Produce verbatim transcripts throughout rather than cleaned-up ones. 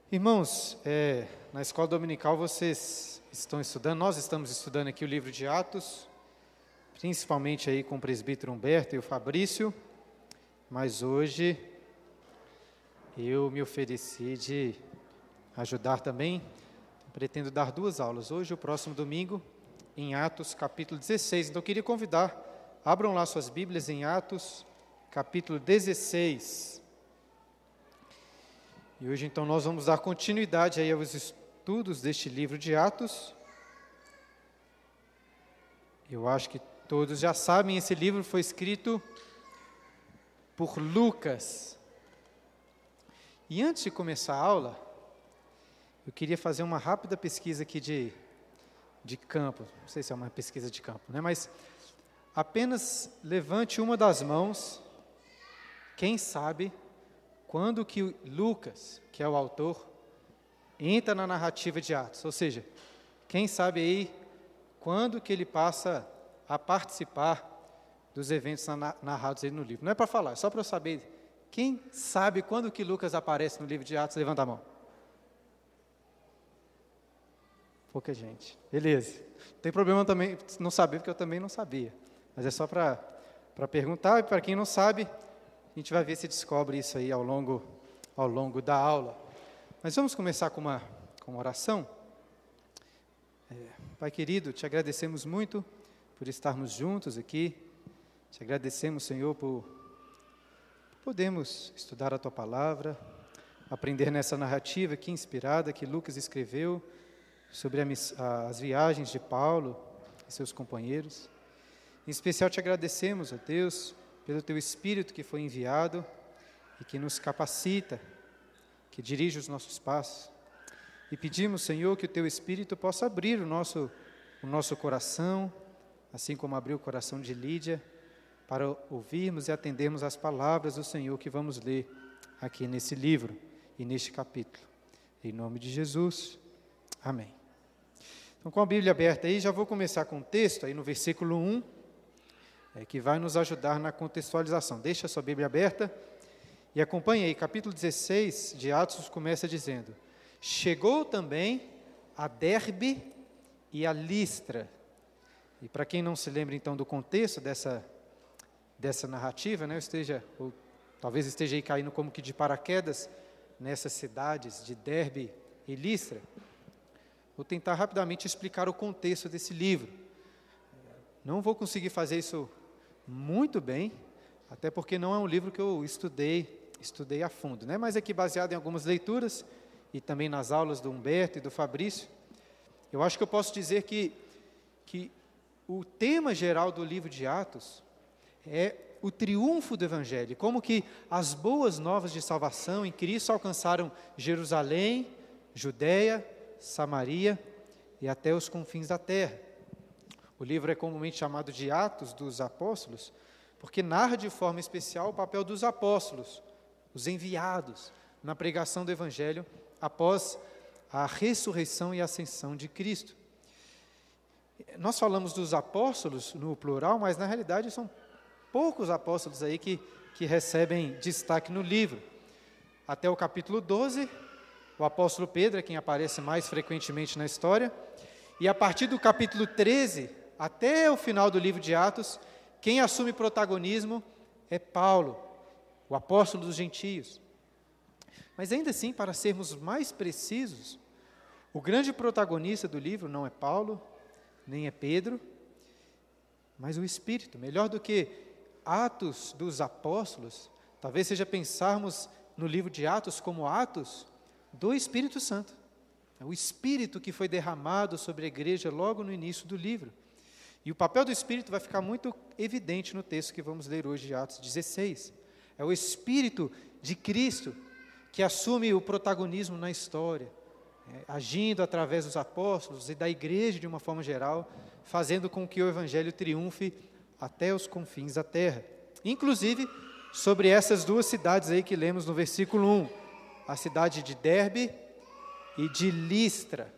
Irmãos, é, na escola dominical vocês estão estudando, nós estamos estudando aqui o livro de Atos, principalmente aí com o presbítero Humberto e o Fabrício, mas hoje eu me ofereci de ajudar também, pretendo dar duas aulas, hoje e o próximo domingo, em Atos capítulo dezesseis, então eu queria convidar, abram lá suas Bíblias em Atos capítulo dezesseis, e hoje então nós vamos dar continuidade aí aos estudos deste livro de Atos. Eu acho que todos já sabem, esse livro foi escrito por Lucas. E antes de começar a aula, eu queria fazer uma rápida pesquisa aqui de, de campo, não sei se é uma pesquisa de campo, né? Mas apenas levante uma das mãos, quem sabe quando que Lucas, que é o autor, entra na narrativa de Atos, ou seja, quem sabe aí quando que ele passa a participar dos eventos narrados aí no livro. Não é para falar, é só para eu saber, quem sabe quando que Lucas aparece no livro de Atos, levanta a mão. Pouca gente, beleza. Não tem problema também não saber, porque eu também não sabia, mas é só para para perguntar, e para quem não sabe, a gente vai ver se descobre isso aí ao longo, ao longo da aula. Mas vamos começar com uma, com uma oração. É, Pai querido, te agradecemos muito por estarmos juntos aqui. Te agradecemos, Senhor, por, por podermos estudar a Tua Palavra, aprender nessa narrativa aqui inspirada que Lucas escreveu sobre a, as viagens de Paulo e seus companheiros. Em especial te agradecemos, ó Deus, pelo Teu Espírito que foi enviado e que nos capacita, que dirige os nossos passos. E pedimos, Senhor, que o Teu Espírito possa abrir o nosso, o nosso coração, assim como abriu o coração de Lídia, para ouvirmos e atendermos as palavras do Senhor que vamos ler aqui nesse livro e neste capítulo. Em nome de Jesus, amém. Então, com a Bíblia aberta aí, já vou começar com o texto, aí no versículo um, é, que vai nos ajudar na contextualização. Deixa a sua Bíblia aberta e acompanhe aí, capítulo dezesseis de Atos começa dizendo: chegou também a Derbe e a Listra. E para quem não se lembra então do contexto dessa, dessa narrativa, né, eu esteja, ou talvez esteja aí caindo como que de paraquedas nessas cidades de Derbe e Listra, vou tentar rapidamente explicar o contexto desse livro. Não vou conseguir fazer isso muito bem, até porque não é um livro que eu estudei, estudei a fundo, né? Mas aqui baseado em algumas leituras e também nas aulas do Humberto e do Fabrício, eu acho que eu posso dizer que, que o tema geral do livro de Atos é o triunfo do Evangelho, como que as boas novas de salvação em Cristo alcançaram Jerusalém, Judeia, Samaria e até os confins da terra. O livro é comumente chamado de Atos dos Apóstolos, porque narra de forma especial o papel dos apóstolos, os enviados, na pregação do Evangelho após a ressurreição e ascensão de Cristo. Nós falamos dos apóstolos no plural, mas na realidade são poucos apóstolos aí que, que recebem destaque no livro. Até o capítulo doze, o apóstolo Pedro é quem aparece mais frequentemente na história, e a partir do capítulo treze, até o final do livro de Atos, quem assume protagonismo é Paulo, o apóstolo dos gentios. Mas ainda assim, para sermos mais precisos, o grande protagonista do livro não é Paulo, nem é Pedro, mas o Espírito. Melhor do que Atos dos Apóstolos, talvez seja pensarmos no livro de Atos como Atos do Espírito Santo. É o Espírito que foi derramado sobre a igreja logo no início do livro. E o papel do Espírito vai ficar muito evidente no texto que vamos ler hoje de Atos dezesseis. É o Espírito de Cristo que assume o protagonismo na história, é, agindo através dos apóstolos e da igreja de uma forma geral, fazendo com que o Evangelho triunfe até os confins da terra. Inclusive, sobre essas duas cidades aí que lemos no versículo um, a cidade de Derbe e de Listra.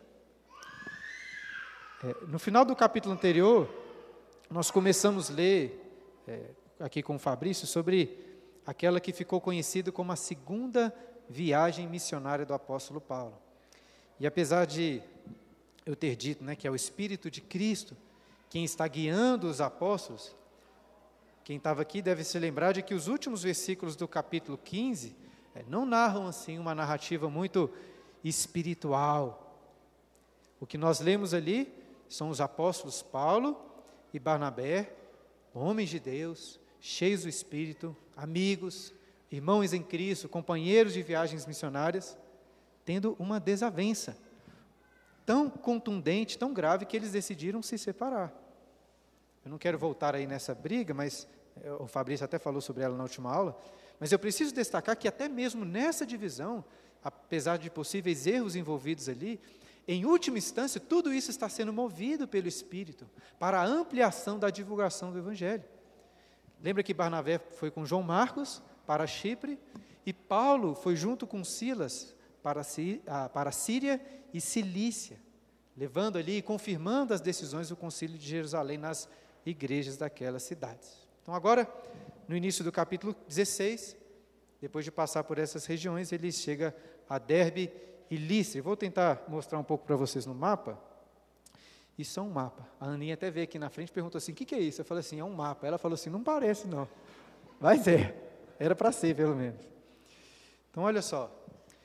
É, no final do capítulo anterior, nós começamos a ler, é, aqui com o Fabrício, sobre aquela que ficou conhecida como a segunda viagem missionária do apóstolo Paulo. E apesar de eu ter dito, né, que é o Espírito de Cristo quem está guiando os apóstolos, quem estava aqui deve se lembrar de que os últimos versículos do capítulo quinze é, não narram assim uma narrativa muito espiritual. O que nós lemos ali são os apóstolos Paulo e Barnabé, homens de Deus, cheios do Espírito, amigos, irmãos em Cristo, companheiros de viagens missionárias, tendo uma desavença tão contundente, tão grave, que eles decidiram se separar. Eu não quero voltar aí nessa briga, mas o Fabrício até falou sobre ela na última aula, mas eu preciso destacar que até mesmo nessa divisão, apesar de possíveis erros envolvidos ali, em última instância, tudo isso está sendo movido pelo Espírito para a ampliação da divulgação do Evangelho. Lembra que Barnabé foi com João Marcos para Chipre e Paulo foi junto com Silas para, para a Síria e Cilícia, levando ali e confirmando as decisões do Concílio de Jerusalém nas igrejas daquelas cidades. Então agora, no início do capítulo dezesseis, depois de passar por essas regiões, ele chega a Derbe e Listra. Eu vou tentar mostrar um pouco para vocês no mapa. Isso é um mapa. A Aninha até veio aqui na frente e perguntou assim, o que, que é isso? Eu falei assim, é um mapa. Ela falou assim, não parece não. Mas é, era para ser pelo menos. Então olha só,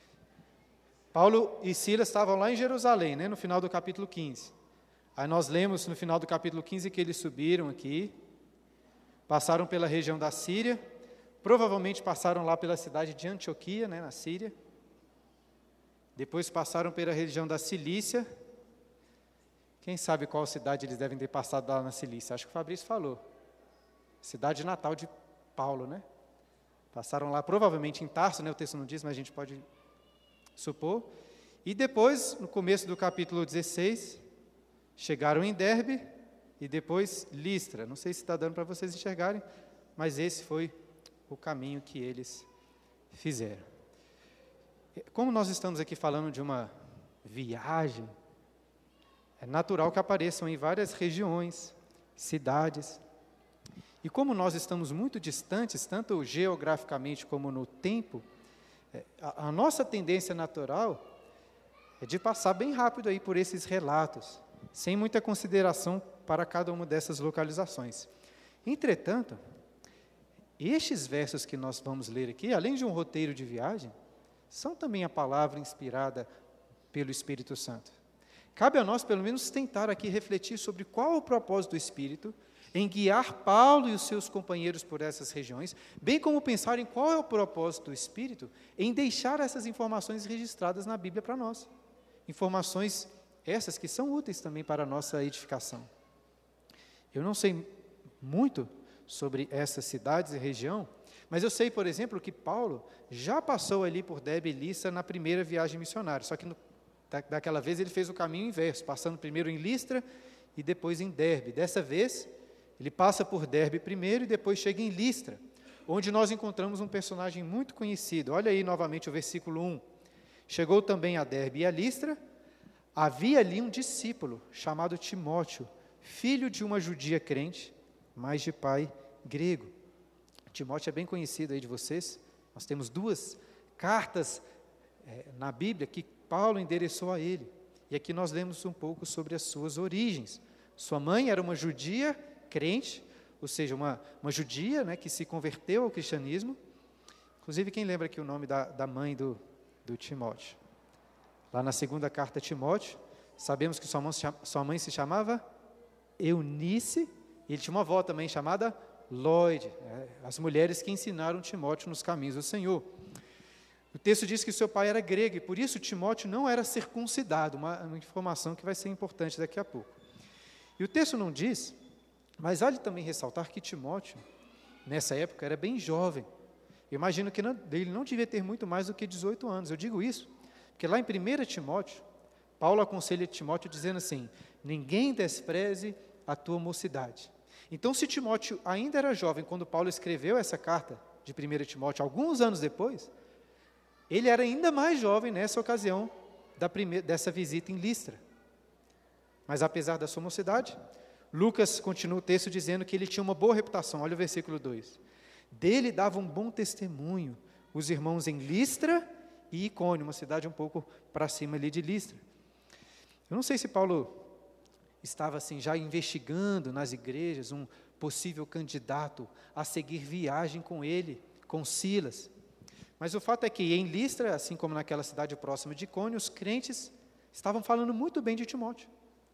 Paulo e Silas estavam lá em Jerusalém, né, no final do capítulo quinze. Aí nós lemos no final do capítulo quinze que eles subiram aqui, passaram pela região da Síria, provavelmente passaram lá pela cidade de Antioquia, né, na Síria. Depois passaram pela região da Cilícia. Quem sabe qual cidade eles devem ter passado lá na Cilícia? Acho que o Fabrício falou. Cidade natal de Paulo, né? Passaram lá provavelmente em Tarso, né? O texto não diz, mas a gente pode supor. E depois, no começo do capítulo dezesseis, chegaram em Derbe e depois Listra. Não sei se está dando para vocês enxergarem, mas esse foi o caminho que eles fizeram. Como nós estamos aqui falando de uma viagem, é natural que apareçam em várias regiões, cidades. E como nós estamos muito distantes, tanto geograficamente como no tempo, a, a nossa tendência natural é de passar bem rápido aí por esses relatos, sem muita consideração para cada uma dessas localizações. Entretanto, estes versos que nós vamos ler aqui, além de um roteiro de viagem, são também a palavra inspirada pelo Espírito Santo. Cabe a nós, pelo menos, tentar aqui refletir sobre qual o propósito do Espírito em guiar Paulo e os seus companheiros por essas regiões, bem como pensar em qual é o propósito do Espírito em deixar essas informações registradas na Bíblia para nós. Informações essas que são úteis também para a nossa edificação. Eu não sei muito sobre essas cidades e região, mas eu sei, por exemplo, que Paulo já passou ali por Derbe e Listra na primeira viagem missionária, só que no, da, daquela vez ele fez o caminho inverso, passando primeiro em Listra e depois em Derbe. Dessa vez, ele passa por Derbe primeiro e depois chega em Listra, onde nós encontramos um personagem muito conhecido. Olha aí novamente o versículo um. Chegou também a Derbe e a Listra, havia ali um discípulo chamado Timóteo, filho de uma judia crente, mas de pai grego. Timóteo é bem conhecido aí de vocês. Nós temos duas cartas é, na Bíblia que Paulo endereçou a ele. E aqui nós lemos um pouco sobre as suas origens. Sua mãe era uma judia crente, ou seja, uma, uma judia, né, que se converteu ao cristianismo. Inclusive, quem lembra aqui o nome da, da mãe do, do Timóteo? Lá na segunda carta a Timóteo, sabemos que sua mãe, sua mãe se chamava Eunice, e ele tinha uma avó também chamada Lloyd, né, as mulheres que ensinaram Timóteo nos caminhos do Senhor. O texto diz que seu pai era grego, e por isso Timóteo não era circuncidado, uma, uma informação que vai ser importante daqui a pouco. E o texto não diz, mas vale também ressaltar que Timóteo, nessa época, era bem jovem. Eu imagino que não, ele não devia ter muito mais do que dezoito anos. Eu digo isso, porque lá em primeira Timóteo, Paulo aconselha Timóteo dizendo assim, ninguém despreze a tua mocidade. Então, se Timóteo ainda era jovem, quando Paulo escreveu essa carta de primeira Timóteo, alguns anos depois, ele era ainda mais jovem nessa ocasião da primeira, dessa visita em Listra. Mas apesar da sua mocidade, Lucas continua o texto dizendo que ele tinha uma boa reputação. Olha o versículo dois. Dele davam um bom testemunho os irmãos em Listra e Icônio, uma cidade um pouco para cima ali de Listra. Eu não sei se Paulo estava assim já investigando nas igrejas um possível candidato a seguir viagem com ele, com Silas. Mas o fato é que em Listra, assim como naquela cidade próxima de Icônio, os crentes estavam falando muito bem de Timóteo.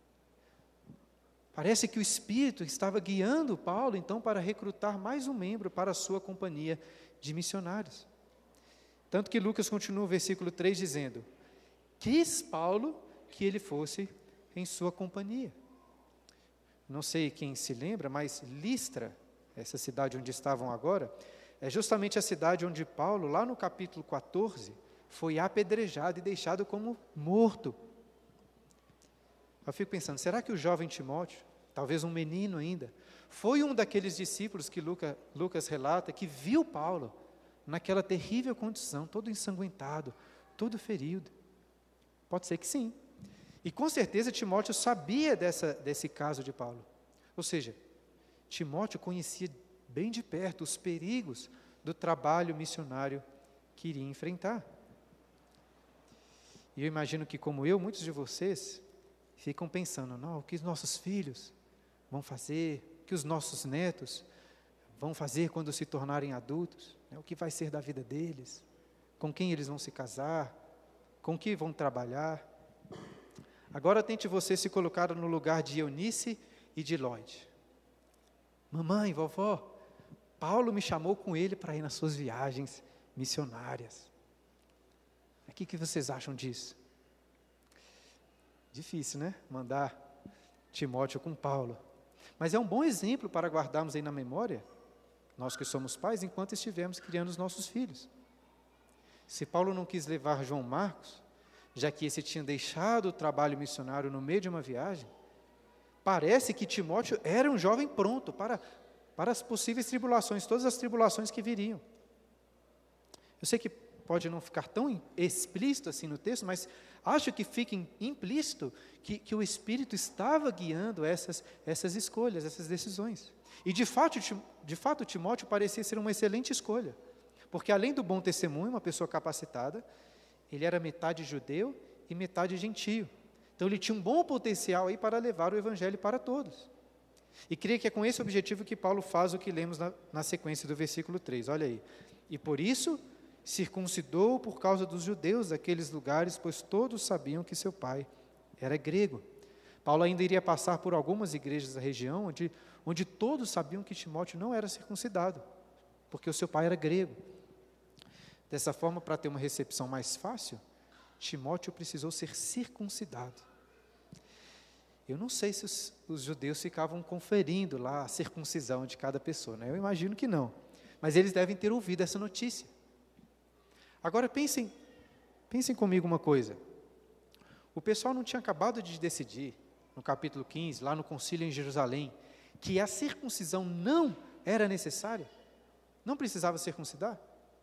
Parece que o Espírito estava guiando Paulo, então, para recrutar mais um membro para a sua companhia de missionários. Tanto que Lucas continua o versículo três dizendo: quis Paulo que ele fosse em sua companhia. Não sei quem se lembra, mas Listra, essa cidade onde estavam agora, é justamente a cidade onde Paulo, lá no capítulo quatorze, foi apedrejado e deixado como morto. Eu fico pensando, será que o jovem Timóteo, talvez um menino ainda, foi um daqueles discípulos que Lucas, Lucas relata, que viu Paulo naquela terrível condição, todo ensanguentado, todo ferido? Pode ser que sim. E com certeza Timóteo sabia dessa, desse caso de Paulo. Ou seja, Timóteo conhecia bem de perto os perigos do trabalho missionário que iria enfrentar. E eu imagino que, como eu, muitos de vocês ficam pensando, não, o que os nossos filhos vão fazer, o que os nossos netos vão fazer quando se tornarem adultos, né? O que vai ser da vida deles, com quem eles vão se casar, com que vão trabalhar. Agora tente você se colocar no lugar de Eunice e de Lloyd. Mamãe, vovó, Paulo me chamou com ele para ir nas suas viagens missionárias. O que, que vocês acham disso? Difícil, né? Mandar Timóteo com Paulo. Mas é um bom exemplo para guardarmos aí na memória, nós que somos pais, enquanto estivermos criando os nossos filhos. Se Paulo não quis levar João Marcos, já que esse tinha deixado o trabalho missionário no meio de uma viagem, parece que Timóteo era um jovem pronto para, para as possíveis tribulações, todas as tribulações que viriam. Eu sei que pode não ficar tão explícito assim no texto, mas acho que fica implícito que, que o Espírito estava guiando essas, essas escolhas, essas decisões. E de fato, de fato, Timóteo parecia ser uma excelente escolha, porque além do bom testemunho, uma pessoa capacitada, ele era metade judeu e metade gentio. Então ele tinha um bom potencial aí para levar o evangelho para todos. E creio que é com esse objetivo que Paulo faz o que lemos na, na sequência do versículo três. Olha aí. E por isso circuncidou por causa dos judeus daqueles lugares, pois todos sabiam que seu pai era grego. Paulo ainda iria passar por algumas igrejas da região, onde, onde todos sabiam que Timóteo não era circuncidado, porque o seu pai era grego. Dessa forma, para ter uma recepção mais fácil, Timóteo precisou ser circuncidado. Eu não sei se os, os judeus ficavam conferindo lá a circuncisão de cada pessoa, né? Eu imagino que não, mas eles devem ter ouvido essa notícia. Agora pensem, pensem comigo uma coisa, o pessoal não tinha acabado de decidir, no capítulo quinze, lá no concílio em Jerusalém, que a circuncisão não era necessária? Não precisava circuncidar?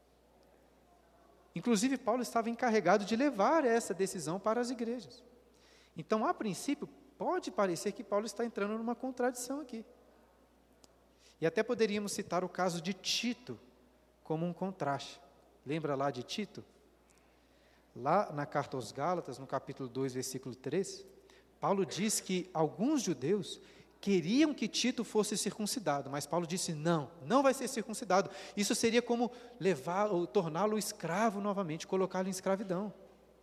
Inclusive, Paulo estava encarregado de levar essa decisão para as igrejas. Então, a princípio, pode parecer que Paulo está entrando numa contradição aqui. E até poderíamos citar o caso de Tito como um contraste. Lembra lá de Tito? Lá na carta aos Gálatas, no capítulo dois, versículo três, Paulo diz que alguns judeus queriam que Tito fosse circuncidado, mas Paulo disse, não, não vai ser circuncidado. Isso seria como levar ou torná-lo escravo novamente, colocá-lo em escravidão.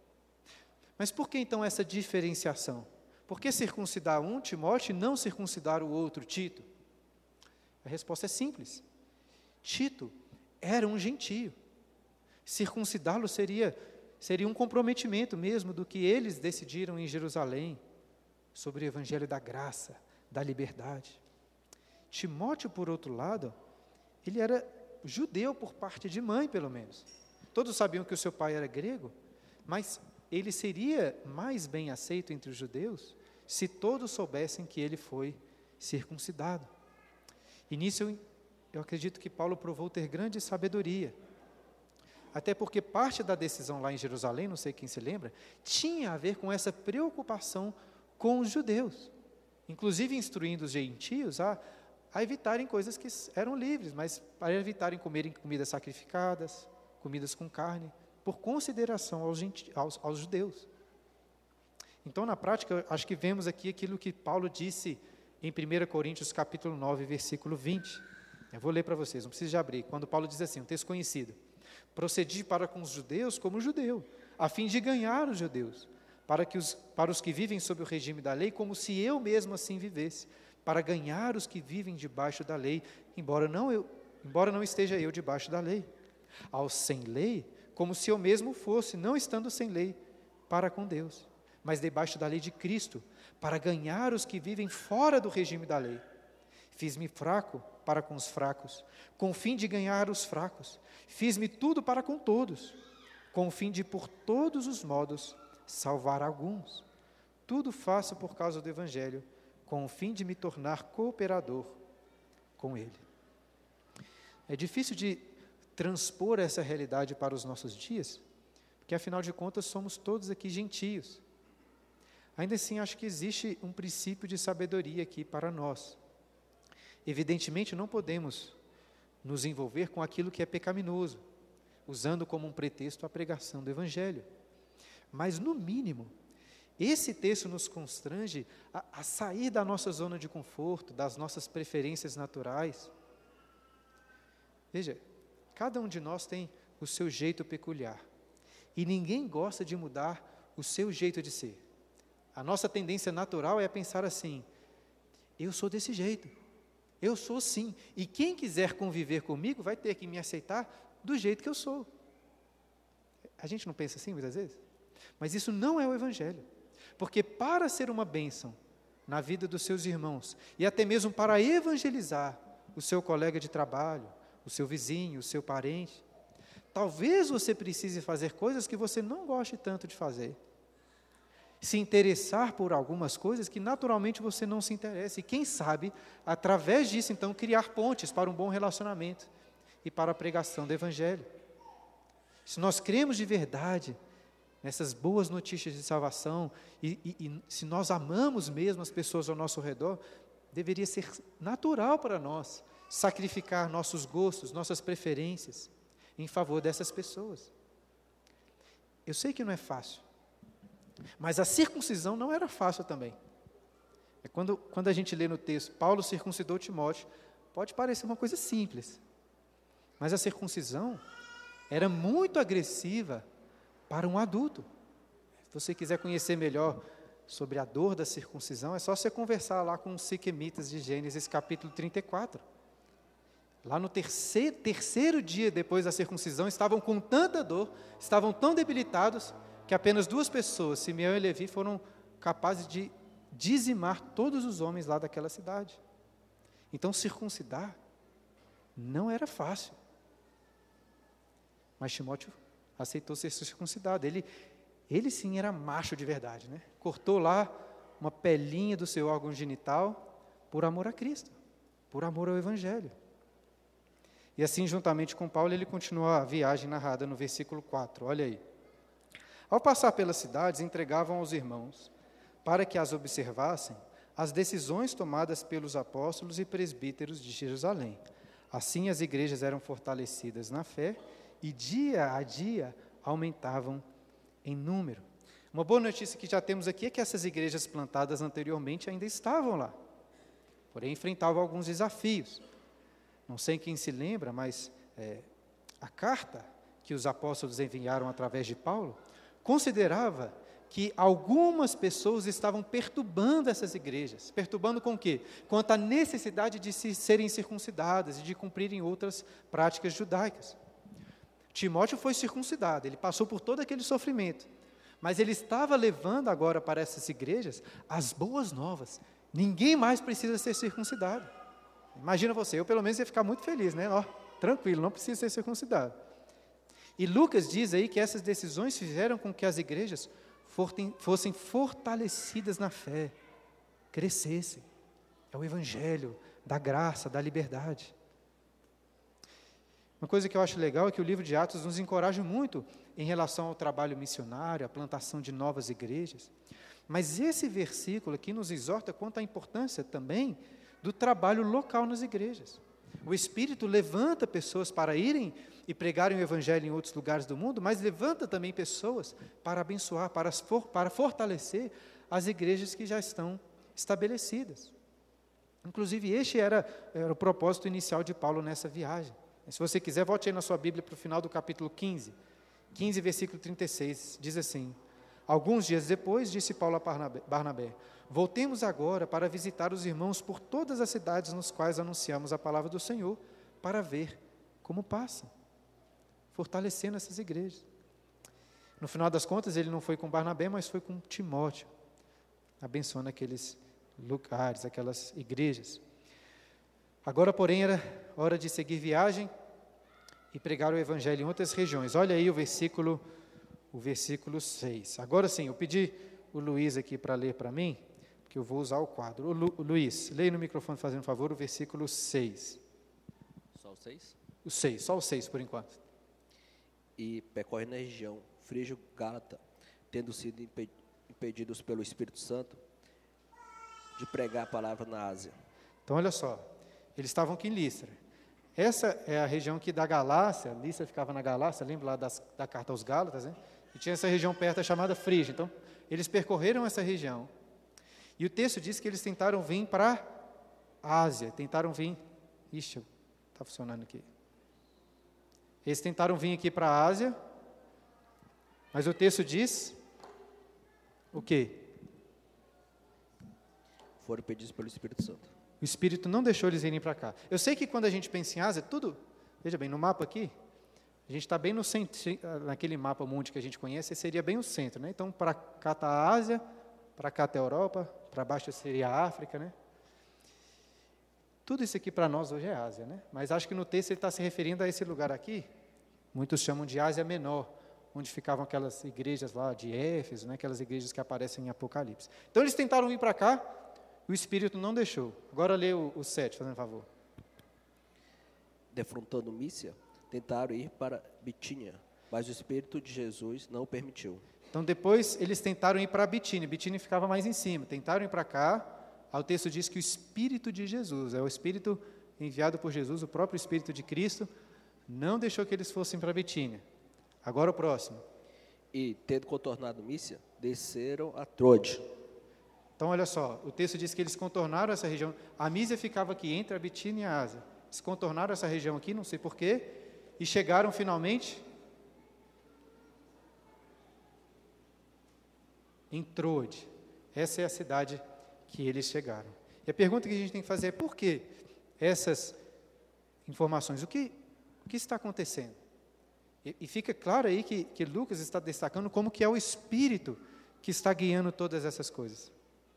Mas por que então essa diferenciação? Por que circuncidar um, Timóteo, e não circuncidar o outro, Tito? A resposta é simples. Tito era um gentio. Circuncidá-lo seria, seria um comprometimento mesmo do que eles decidiram em Jerusalém, sobre o evangelho da graça, da liberdade. Timóteo, por outro lado, ele era judeu por parte de mãe, pelo menos. Todos sabiam que o seu pai era grego, mas ele seria mais bem aceito entre os judeus se todos soubessem que ele foi circuncidado. E nisso eu, eu acredito que Paulo provou ter grande sabedoria. Até porque parte da decisão lá em Jerusalém, não sei quem se lembra, tinha a ver com essa preocupação com os judeus. Inclusive instruindo os gentios a, a evitarem coisas que eram livres, mas para evitarem comerem comidas sacrificadas, comidas com carne, por consideração aos, aos, aos judeus. Então, na prática, acho que vemos aqui aquilo que Paulo disse em primeira Coríntios capítulo nove, versículo vinte. Eu vou ler para vocês, não precisa de abrir. Quando Paulo diz assim, um texto conhecido: procedi para com os judeus como judeu, a fim de ganhar os judeus, para, que os, para os que vivem sob o regime da lei, como se eu mesmo assim vivesse, para ganhar os que vivem debaixo da lei, embora não, eu, embora não esteja eu debaixo da lei. Aos sem lei, como se eu mesmo fosse, não estando sem lei, para com Deus, mas debaixo da lei de Cristo, para ganhar os que vivem fora do regime da lei. Fiz-me fraco para com os fracos, com o fim de ganhar os fracos. Fiz-me tudo para com todos, com o fim de, por todos os modos, salvar alguns. Tudo faço por causa do Evangelho, com o fim de me tornar cooperador com ele. É difícil de transpor essa realidade para os nossos dias, porque afinal de contas somos todos aqui gentios. Ainda assim, acho que existe um princípio de sabedoria aqui para nós. Evidentemente, não podemos nos envolver com aquilo que é pecaminoso, usando como um pretexto a pregação do Evangelho. Mas, no mínimo, esse texto nos constrange a, a sair da nossa zona de conforto, das nossas preferências naturais. Veja, cada um de nós tem o seu jeito peculiar, e ninguém gosta de mudar o seu jeito de ser. A nossa tendência natural é pensar assim: eu sou desse jeito, eu sou sim, e quem quiser conviver comigo vai ter que me aceitar do jeito que eu sou. A gente não pensa assim muitas vezes? Mas isso não é o Evangelho, porque para ser uma bênção na vida dos seus irmãos, e até mesmo para evangelizar o seu colega de trabalho, o seu vizinho, o seu parente, talvez você precise fazer coisas que você não goste tanto de fazer, se interessar por algumas coisas que naturalmente você não se interessa, e quem sabe, através disso então, criar pontes para um bom relacionamento e para a pregação do Evangelho. Se nós cremos de verdade nessas boas notícias de salvação, e, e, e se nós amamos mesmo as pessoas ao nosso redor, deveria ser natural para nós sacrificar nossos gostos, nossas preferências, em favor dessas pessoas. Eu sei que não é fácil, mas a circuncisão não era fácil também. É quando, quando a gente lê no texto, Paulo circuncidou Timóteo, pode parecer uma coisa simples, mas a circuncisão era muito agressiva para um adulto. Se você quiser conhecer melhor sobre a dor da circuncisão, é só você conversar lá com os siquemitas de Gênesis capítulo trinta e quatro. Lá no terceiro, terceiro dia depois da circuncisão, estavam com tanta dor, estavam tão debilitados, que apenas duas pessoas, Simeão e Levi, foram capazes de dizimar todos os homens lá daquela cidade. Então, circuncidar não era fácil. Mas Timóteo aceitou ser circuncidado. Ele, ele sim era macho de verdade, né? Cortou lá uma pelinha do seu órgão genital por amor a Cristo, por amor ao Evangelho. E assim, juntamente com Paulo, ele continua a viagem narrada no versículo quatro, olha aí. Ao passar pelas cidades, entregavam aos irmãos, para que as observassem, as decisões tomadas pelos apóstolos e presbíteros de Jerusalém. Assim, as igrejas eram fortalecidas na fé e, dia a dia, aumentavam em número. Uma boa notícia que já temos aqui é que essas igrejas plantadas anteriormente ainda estavam lá, porém enfrentavam alguns desafios. Não sei quem se lembra, mas é, a carta que os apóstolos enviaram através de Paulo considerava que algumas pessoas estavam perturbando essas igrejas. Perturbando com o quê? Quanto à necessidade de se, serem circuncidadas e de cumprirem outras práticas judaicas. Timóteo foi circuncidado, ele passou por todo aquele sofrimento, mas ele estava levando agora para essas igrejas as boas novas. Ninguém mais precisa ser circuncidado. Imagina você, eu pelo menos ia ficar muito feliz, né? Ó, tranquilo, não precisa ser circuncidado. E Lucas diz aí que essas decisões fizeram com que as igrejas fossem fortalecidas na fé, crescessem. É o Evangelho da graça, da liberdade. Uma coisa que eu acho legal é que o livro de Atos nos encoraja muito em relação ao trabalho missionário, à plantação de novas igrejas. Mas esse versículo aqui nos exorta quanto à importância também do trabalho local nas igrejas. O Espírito levanta pessoas para irem e pregarem o Evangelho em outros lugares do mundo, mas levanta também pessoas para abençoar, para, for, para fortalecer as igrejas que já estão estabelecidas. Inclusive, este era, era o propósito inicial de Paulo nessa viagem. Se você quiser, volte aí na sua Bíblia para o final do capítulo quinze, quinze, versículo trinta e seis, diz assim: alguns dias depois, disse Paulo a Barnabé, Barnabé, voltemos agora para visitar os irmãos por todas as cidades nos quais anunciamos a palavra do Senhor, para ver como passam, fortalecendo essas igrejas. No final das contas, ele não foi com Barnabé, mas foi com Timóteo, abençoando aqueles lugares, aquelas igrejas. Agora, porém, era hora de seguir viagem e pregar o evangelho em outras regiões. Olha aí o versículo, o versículo seis. Agora sim, eu pedi o Luiz aqui para ler para mim, porque eu vou usar o quadro. O, Lu, o Luiz, leia no microfone, fazendo favor, o versículo seis. Só o seis? O seis, só o seis por enquanto. E percorre na região frígio-gálata, tendo sido impedidos pelo Espírito Santo de pregar a palavra na Ásia. Então, olha só, eles estavam aqui em Listra. Essa é a região que da Galácia, Listra ficava na Galácia, lembra lá das, da carta aos Gálatas, né? E tinha essa região perto chamada Frígia. Então, eles percorreram essa região. E o texto diz que eles tentaram vir para a Ásia, tentaram vir... Ixi, está funcionando aqui. Eles tentaram vir aqui para a Ásia, mas o texto diz o quê? Foram pedidos pelo Espírito Santo. O Espírito não deixou eles irem para cá. Eu sei que quando a gente pensa em Ásia, tudo... Veja bem, no mapa aqui, a gente está bem no centro, naquele mapa mundo que a gente conhece, seria bem o centro, né? Então, para cá está a Ásia, para cá está a Europa, para baixo seria a África, né? Tudo isso aqui para nós hoje é Ásia, né? Mas acho que no texto ele está se referindo a esse lugar aqui, muitos chamam de Ásia Menor, onde ficavam aquelas igrejas lá de Éfeso, né? Aquelas igrejas que aparecem em Apocalipse. Então, eles tentaram vir para cá, o Espírito não deixou. Agora lê o, o sete, fazendo favor. Defrontando Mícia, tentaram ir para Bitínia, mas o Espírito de Jesus não o permitiu. Então, depois, eles tentaram ir para Bitínia. Bitínia ficava mais em cima. Tentaram ir para cá. Aí o texto diz que o Espírito de Jesus, é o Espírito enviado por Jesus, o próprio Espírito de Cristo, não deixou que eles fossem para Bitínia. Agora o próximo. E, tendo contornado Mícia, desceram a Trode. Então, olha só, o texto diz que eles contornaram essa região. A Mísia ficava aqui entre a Bitínia e a Ásia. Eles contornaram essa região aqui, não sei porquê, e chegaram finalmente em Troade. Essa é a cidade que eles chegaram. E a pergunta que a gente tem que fazer é por que essas informações? O que, o que está acontecendo? E, e fica claro aí que, que Lucas está destacando como que é o Espírito que está guiando todas essas coisas.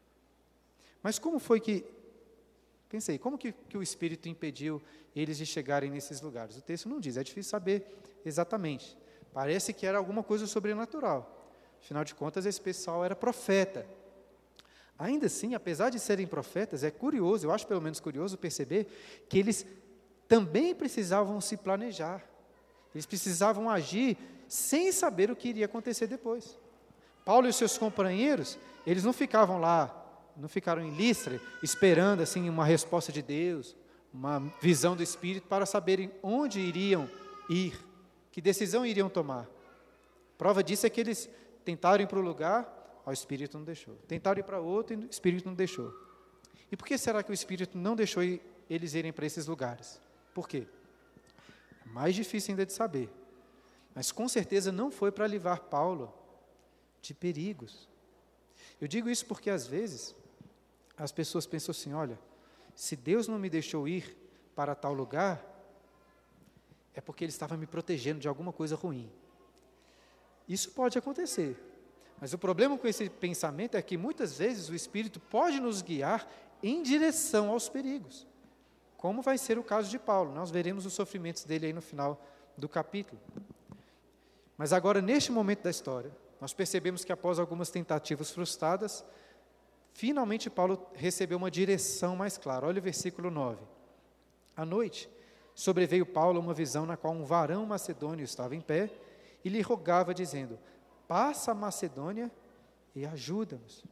Mas como foi que, pensei, como que, que o Espírito impediu eles de chegarem nesses lugares? O texto não diz, é difícil saber exatamente. Parece que era alguma coisa sobrenatural. Afinal de contas, esse pessoal era profeta. Ainda assim, apesar de serem profetas, é curioso, eu acho pelo menos curioso perceber que eles também precisavam se planejar. Eles precisavam agir sem saber o que iria acontecer depois. Paulo e os seus companheiros, eles não ficavam lá, não ficaram em Listra, esperando assim uma resposta de Deus, uma visão do Espírito para saberem onde iriam ir, que decisão iriam tomar. Prova disso é que eles tentaram ir para o lugar, o Espírito não deixou. Tentaram ir para outro e o Espírito não deixou. E por que será que o Espírito não deixou eles irem para esses lugares? Por quê? É mais difícil ainda de saber. Mas com certeza não foi para livrar Paulo de perigos. Eu digo isso porque às vezes as pessoas pensam assim, olha, se Deus não me deixou ir para tal lugar, é porque Ele estava me protegendo de alguma coisa ruim. Isso pode acontecer. Mas o problema com esse pensamento é que muitas vezes o Espírito pode nos guiar em direção aos perigos, como vai ser o caso de Paulo. Nós veremos os sofrimentos dele aí no final do capítulo. Mas agora, neste momento da história, nós percebemos que após algumas tentativas frustradas, finalmente Paulo recebeu uma direção mais clara. Olha o versículo nove. À noite, sobreveio Paulo uma visão na qual um varão macedônio estava em pé e lhe rogava, dizendo, passa a Macedônia e ajuda-nos.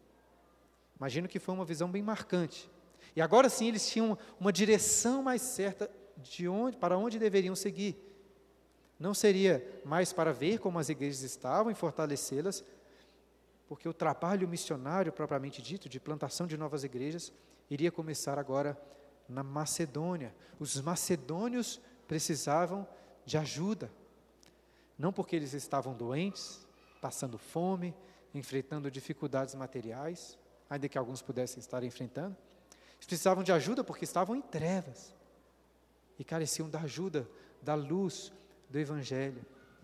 Imagino que foi uma visão bem marcante. E agora sim eles tinham uma direção mais certa de onde, para onde deveriam seguir. Não seria mais para ver como as igrejas estavam e fortalecê-las, porque o trabalho missionário, propriamente dito, de plantação de novas igrejas, iria começar agora na Macedônia. Os macedônios precisavam de ajuda, não porque eles estavam doentes, passando fome, enfrentando dificuldades materiais, ainda que alguns pudessem estar enfrentando. Eles precisavam de ajuda porque estavam em trevas e careciam da ajuda, da luz do Evangelho.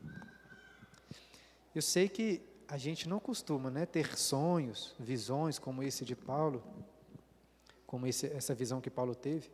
Eu sei que a gente não costuma, né, ter sonhos, visões como esse de Paulo, como esse, essa visão que Paulo teve,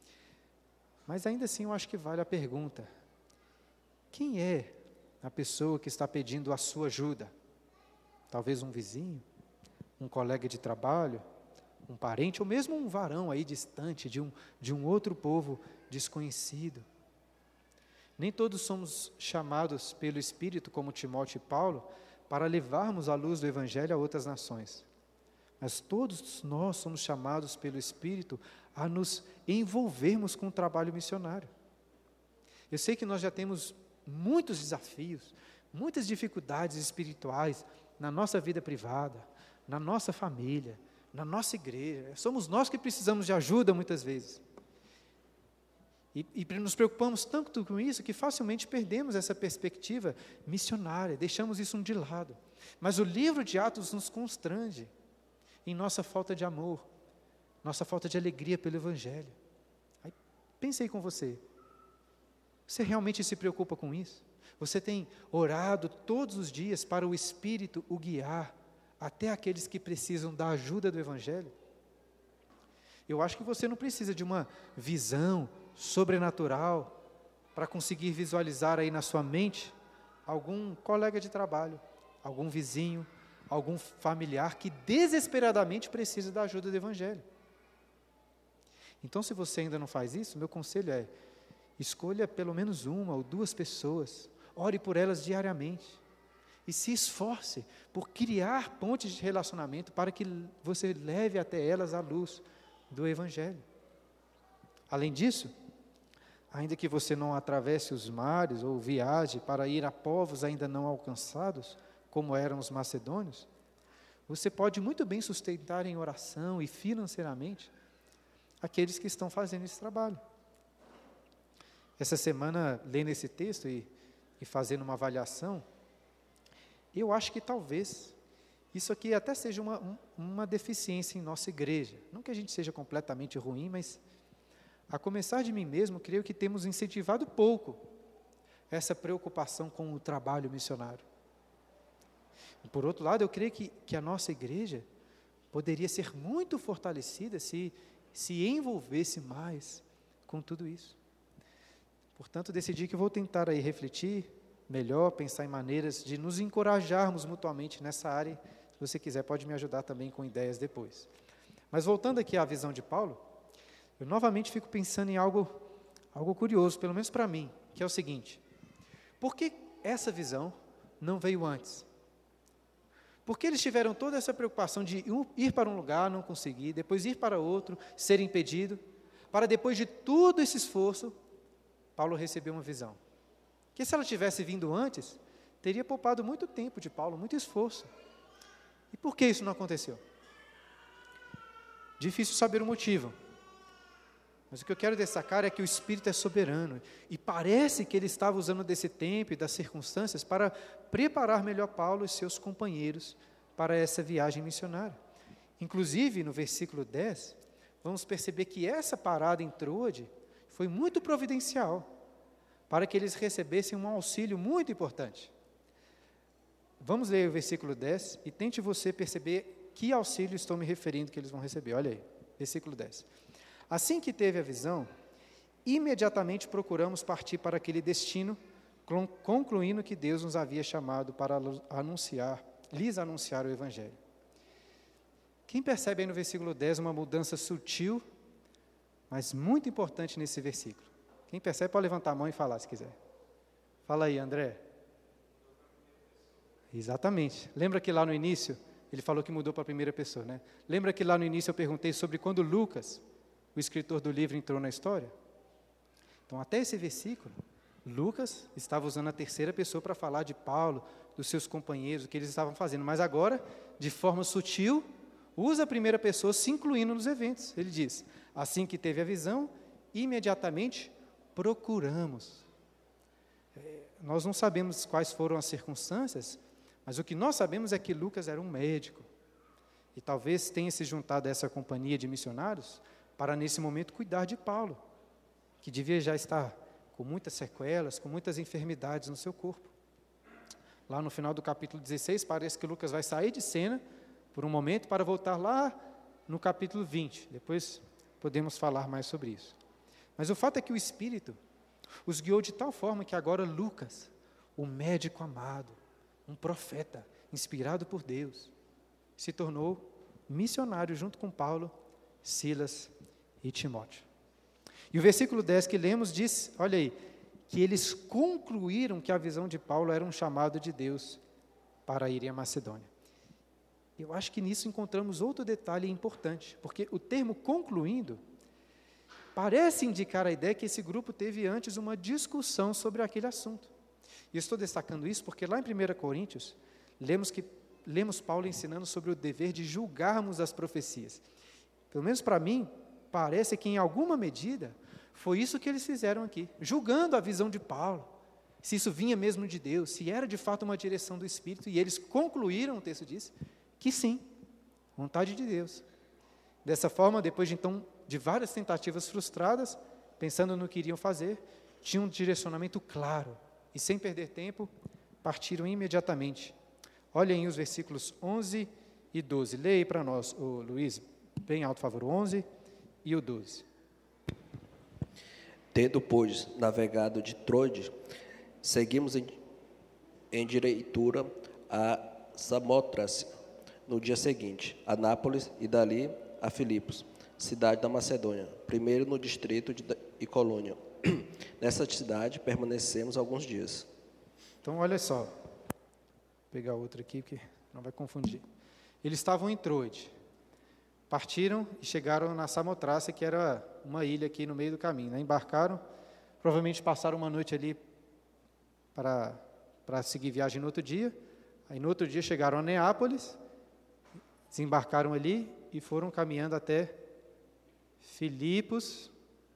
mas ainda assim eu acho que vale a pergunta: quem é a pessoa que está pedindo a sua ajuda? Talvez um vizinho, um colega de trabalho, um parente, ou mesmo um varão aí distante de um, de um outro povo desconhecido. Nem todos somos chamados pelo Espírito, como Timóteo e Paulo, para levarmos a luz do Evangelho a outras nações. Mas todos nós somos chamados pelo Espírito a nos envolvermos com o trabalho missionário. Eu sei que nós já temos muitos desafios, muitas dificuldades espirituais na nossa vida privada, na nossa família, na nossa igreja. Somos nós que precisamos de ajuda muitas vezes. E, e nos preocupamos tanto com isso que facilmente perdemos essa perspectiva missionária, deixamos isso de lado. Mas o livro de Atos nos constrange em nossa falta de amor, nossa falta de alegria pelo Evangelho. Aí, pensei com você, você realmente se preocupa com isso? Você tem orado todos os dias para o Espírito o guiar até aqueles que precisam da ajuda do Evangelho? Eu acho que você não precisa de uma visão sobrenatural para conseguir visualizar aí na sua mente algum colega de trabalho, algum vizinho, algum familiar que desesperadamente precisa da ajuda do Evangelho. Então, se você ainda não faz isso, meu conselho é: escolha pelo menos uma ou duas pessoas, ore por elas diariamente e se esforce por criar pontes de relacionamento para que você leve até elas a luz do Evangelho. Além disso, ainda que você não atravesse os mares ou viaje para ir a povos ainda não alcançados, como eram os macedônios, você pode muito bem sustentar em oração e financeiramente aqueles que estão fazendo esse trabalho. Essa semana, lendo esse texto e, e fazendo uma avaliação, eu acho que talvez isso aqui até seja uma, um, uma deficiência em nossa igreja. Não que a gente seja completamente ruim, mas a começar de mim mesmo, creio que temos incentivado pouco essa preocupação com o trabalho missionário. E por outro lado, eu creio que, que a nossa igreja poderia ser muito fortalecida se se envolvesse mais com tudo isso. Portanto, decidi que vou tentar aí refletir melhor, pensar em maneiras de nos encorajarmos mutuamente nessa área. Se você quiser, pode me ajudar também com ideias depois. Mas voltando aqui à visão de Paulo, eu novamente fico pensando em algo, algo curioso, pelo menos para mim, que é o seguinte: por que essa visão não veio antes? Por que eles tiveram toda essa preocupação de ir para um lugar, não conseguir, depois ir para outro, ser impedido, para depois de todo esse esforço, Paulo recebeu uma visão? Que se ela tivesse vindo antes, teria poupado muito tempo de Paulo, muito esforço. E por que isso não aconteceu? Difícil saber o motivo. Mas o que eu quero destacar é que o Espírito é soberano, e parece que ele estava usando desse tempo e das circunstâncias para preparar melhor Paulo e seus companheiros para essa viagem missionária. Inclusive, no versículo dez, vamos perceber que essa parada em Troade foi muito providencial, para que eles recebessem um auxílio muito importante. Vamos ler o versículo dez e tente você perceber que auxílio estou me referindo que eles vão receber. Olha aí, versículo dez. Assim que teve a visão, imediatamente procuramos partir para aquele destino, concluindo que Deus nos havia chamado para anunciar, lhes anunciar o Evangelho. Quem percebe aí no versículo dez uma mudança sutil, mas muito importante nesse versículo? Quem percebe pode levantar a mão e falar se quiser. Fala aí, André. Exatamente. Lembra que lá no início, ele falou que mudou para a primeira pessoa, né? Lembra que lá no início eu perguntei sobre quando Lucas, o escritor do livro, entrou na história? Então, até esse versículo, Lucas estava usando a terceira pessoa para falar de Paulo, dos seus companheiros, o que eles estavam fazendo. Mas agora, de forma sutil, usa a primeira pessoa se incluindo nos eventos. Ele diz, assim que teve a visão, imediatamente procuramos. É, nós não sabemos quais foram as circunstâncias, mas o que nós sabemos é que Lucas era um médico. E talvez tenha se juntado a essa companhia de missionários para, nesse momento, cuidar de Paulo, que devia já estar com muitas sequelas, com muitas enfermidades no seu corpo. Lá no final do capítulo dezesseis, parece que Lucas vai sair de cena por um momento para voltar lá no capítulo vinte. Depois podemos falar mais sobre isso. Mas o fato é que o Espírito os guiou de tal forma que agora Lucas, o médico amado, um profeta inspirado por Deus, se tornou missionário junto com Paulo, Silas e Timóteo. E o versículo dez que lemos diz, olha aí, que eles concluíram que a visão de Paulo era um chamado de Deus para irem à Macedônia. Eu acho que nisso encontramos outro detalhe importante, porque o termo concluindo parece indicar a ideia que esse grupo teve antes uma discussão sobre aquele assunto. E eu estou destacando isso porque lá em primeira Coríntios, lemos, que, lemos Paulo ensinando sobre o dever de julgarmos as profecias. Pelo menos para mim, parece que em alguma medida foi isso que eles fizeram aqui, julgando a visão de Paulo, se isso vinha mesmo de Deus, se era de fato uma direção do Espírito, e eles concluíram, o texto diz, que sim, vontade de Deus. Dessa forma, depois de então, de várias tentativas frustradas, pensando no que iriam fazer, tinham um direcionamento claro, e sem perder tempo, partiram imediatamente. Olhem os versículos onze e doze, leia aí para nós, ô, Luiz, bem alto, por favor, o onze e o doze. Tendo, pois, navegado de Troade, seguimos em, em direitura a Samótrace, no dia seguinte, a Nápoles e dali a Filipos, cidade da Macedônia, primeiro no distrito de Icolônia. Nessa cidade permanecemos alguns dias. Então, olha só, vou pegar outra aqui, porque não vai confundir. Eles estavam em Troade, partiram e chegaram na Samotrácia, que era uma ilha aqui no meio do caminho, né? Embarcaram, provavelmente passaram uma noite ali para, para seguir viagem no outro dia. Aí no outro dia chegaram a Neápolis, desembarcaram ali e foram caminhando até Filipos.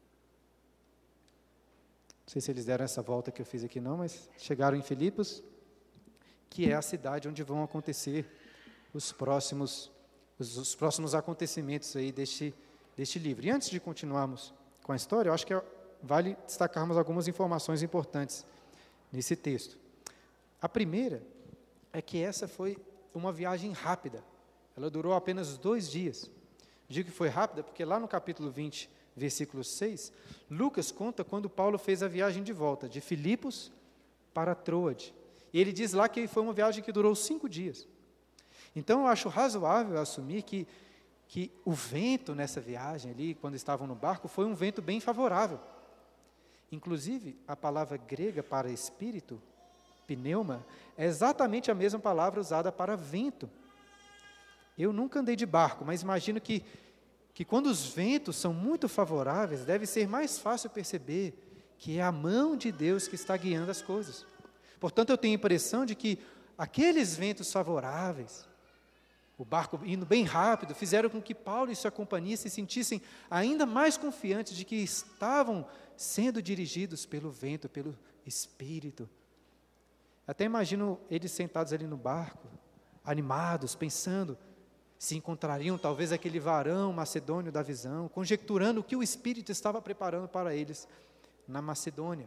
Não sei se eles deram essa volta que eu fiz aqui não, mas chegaram em Filipos, que é a cidade onde vão acontecer os próximos, os, os próximos acontecimentos aí deste, deste livro. E antes de continuarmos com a história, eu acho que vale destacarmos algumas informações importantes nesse texto. A primeira é que essa foi uma viagem rápida. Ela durou apenas dois dias. Digo que foi rápida porque lá no capítulo vinte, versículo seis, Lucas conta quando Paulo fez a viagem de volta, de Filipos para Troade. E ele diz lá que foi uma viagem que durou cinco dias. Então, eu acho razoável assumir que, que o vento nessa viagem ali, quando estavam no barco, foi um vento bem favorável. Inclusive, a palavra grega para espírito, pneuma, é exatamente a mesma palavra usada para vento. Eu nunca andei de barco, mas imagino que, que quando os ventos são muito favoráveis, deve ser mais fácil perceber que é a mão de Deus que está guiando as coisas. Portanto, eu tenho a impressão de que aqueles ventos favoráveis, o barco indo bem rápido, fizeram com que Paulo e sua companhia se sentissem ainda mais confiantes de que estavam sendo dirigidos pelo vento, pelo Espírito. Até imagino eles sentados ali no barco, animados, pensando se encontrariam talvez aquele varão macedônio da visão, conjecturando o que o Espírito estava preparando para eles na Macedônia.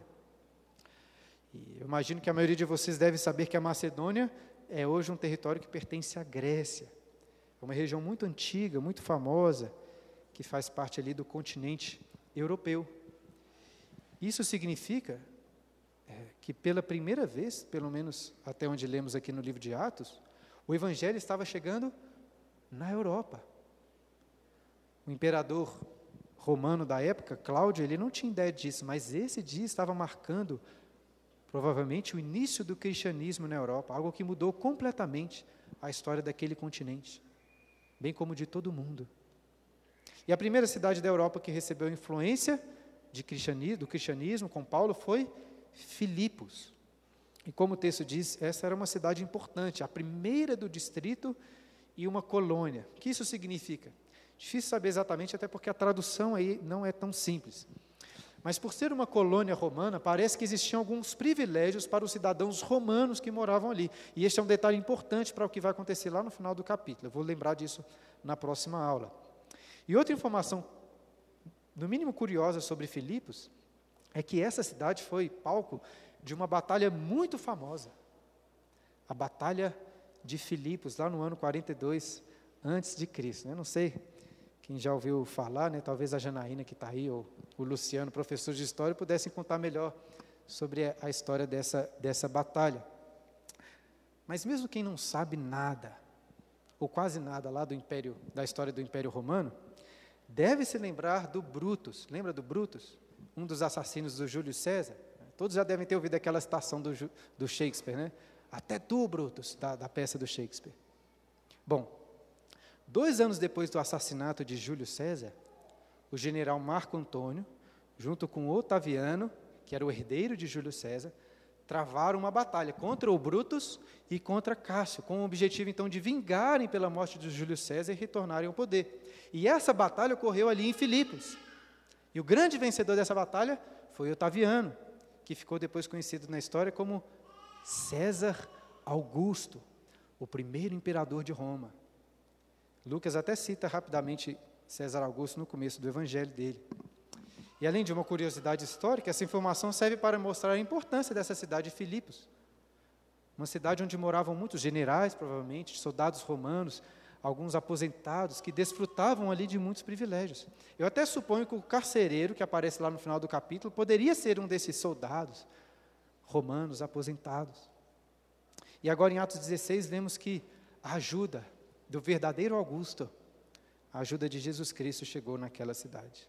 E eu imagino que a maioria de vocês deve saber que a Macedônia é hoje um território que pertence à Grécia. É uma região muito antiga, muito famosa, que faz parte ali do continente europeu. Isso significa é, que pela primeira vez, pelo menos até onde lemos aqui no livro de Atos, o Evangelho estava chegando na Europa. O imperador romano da época, Cláudio, ele não tinha ideia disso, mas esse dia estava marcando provavelmente o início do cristianismo na Europa, algo que mudou completamente a história daquele continente, bem como de todo o mundo. E a primeira cidade da Europa que recebeu influência de cristianismo, do cristianismo com Paulo foi Filipos. E como o texto diz, essa era uma cidade importante, a primeira do distrito e uma colônia. O que isso significa? Difícil saber exatamente, até porque a tradução aí não é tão simples. Mas por ser uma colônia romana, parece que existiam alguns privilégios para os cidadãos romanos que moravam ali. E este é um detalhe importante para o que vai acontecer lá no final do capítulo. Eu vou lembrar disso na próxima aula. E outra informação, no mínimo curiosa sobre Filipos, é que essa cidade foi palco de uma batalha muito famosa. A Batalha de Filipos, lá no ano quarenta e dois antes de Cristo. Eu não sei quem já ouviu falar, né? Talvez a Janaína que está aí, ou o Luciano, professor de história, pudessem contar melhor sobre a história dessa, dessa batalha. Mas mesmo quem não sabe nada, ou quase nada lá do Império, da história do Império Romano, deve se lembrar do Brutus. Lembra do Brutus? Um dos assassinos do Júlio César? Todos já devem ter ouvido aquela citação do, do Shakespeare, né? Até tu, Brutus, da, da peça do Shakespeare. Bom, dois anos depois do assassinato de Júlio César, o general Marco Antônio, junto com Otaviano, que era o herdeiro de Júlio César, travaram uma batalha contra o Brutus e contra Cássio, com o objetivo, então, de vingarem pela morte de Júlio César e retornarem ao poder. E essa batalha ocorreu ali em Filipos. E o grande vencedor dessa batalha foi Otaviano, que ficou depois conhecido na história como César Augusto, o primeiro imperador de Roma. Lucas até cita rapidamente César Augusto no começo do evangelho dele. E além de uma curiosidade histórica, essa informação serve para mostrar a importância dessa cidade de Filipos. Uma cidade onde moravam muitos generais, provavelmente, soldados romanos, alguns aposentados, que desfrutavam ali de muitos privilégios. Eu até suponho que o carcereiro, que aparece lá no final do capítulo, poderia ser um desses soldados romanos aposentados. E agora em Atos dezesseis, lemos que a ajuda do verdadeiro Augusto, a ajuda de Jesus Cristo chegou naquela cidade.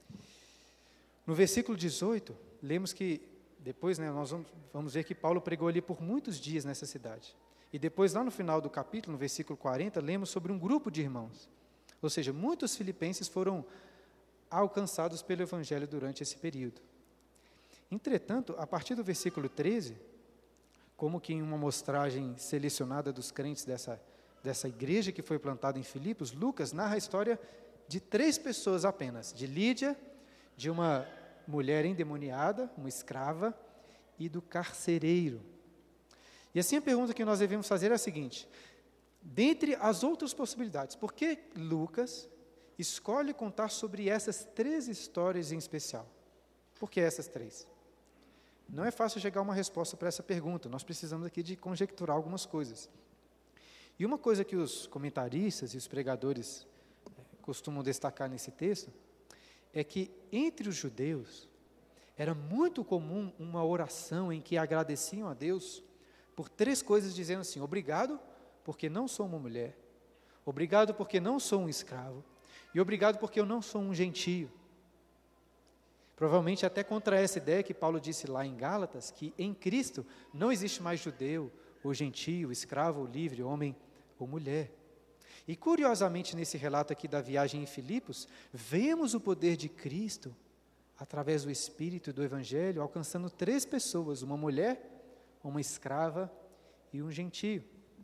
No versículo dezoito, lemos que, depois, né, nós vamos, vamos ver que Paulo pregou ali por muitos dias nessa cidade. E depois, lá no final do capítulo, no versículo quarenta, lemos sobre um grupo de irmãos. Ou seja, muitos filipenses foram alcançados pelo Evangelho durante esse período. Entretanto, a partir do versículo treze, como que em uma amostragem selecionada dos crentes dessa, dessa igreja que foi plantada em Filipos, Lucas narra a história de três pessoas apenas, de Lídia, de uma mulher endemoniada, uma escrava, e do carcereiro. E assim a pergunta que nós devemos fazer é a seguinte: dentre as outras possibilidades, por que Lucas escolhe contar sobre essas três histórias em especial? Por que essas três? Não é fácil chegar a uma resposta para essa pergunta, nós precisamos aqui de conjecturar algumas coisas. E uma coisa que os comentaristas e os pregadores costumam destacar nesse texto, é que entre os judeus, era muito comum uma oração em que agradeciam a Deus por três coisas, dizendo assim: obrigado porque não sou uma mulher, obrigado porque não sou um escravo, e obrigado porque eu não sou um gentio. Provavelmente até contra essa ideia que Paulo disse lá em Gálatas, que em Cristo não existe mais judeu, ou gentio, escravo ou livre, homem ou mulher. E curiosamente nesse relato aqui da viagem em Filipos, vemos o poder de Cristo, através do Espírito e do Evangelho, alcançando três pessoas, uma mulher, uma escrava e um gentio.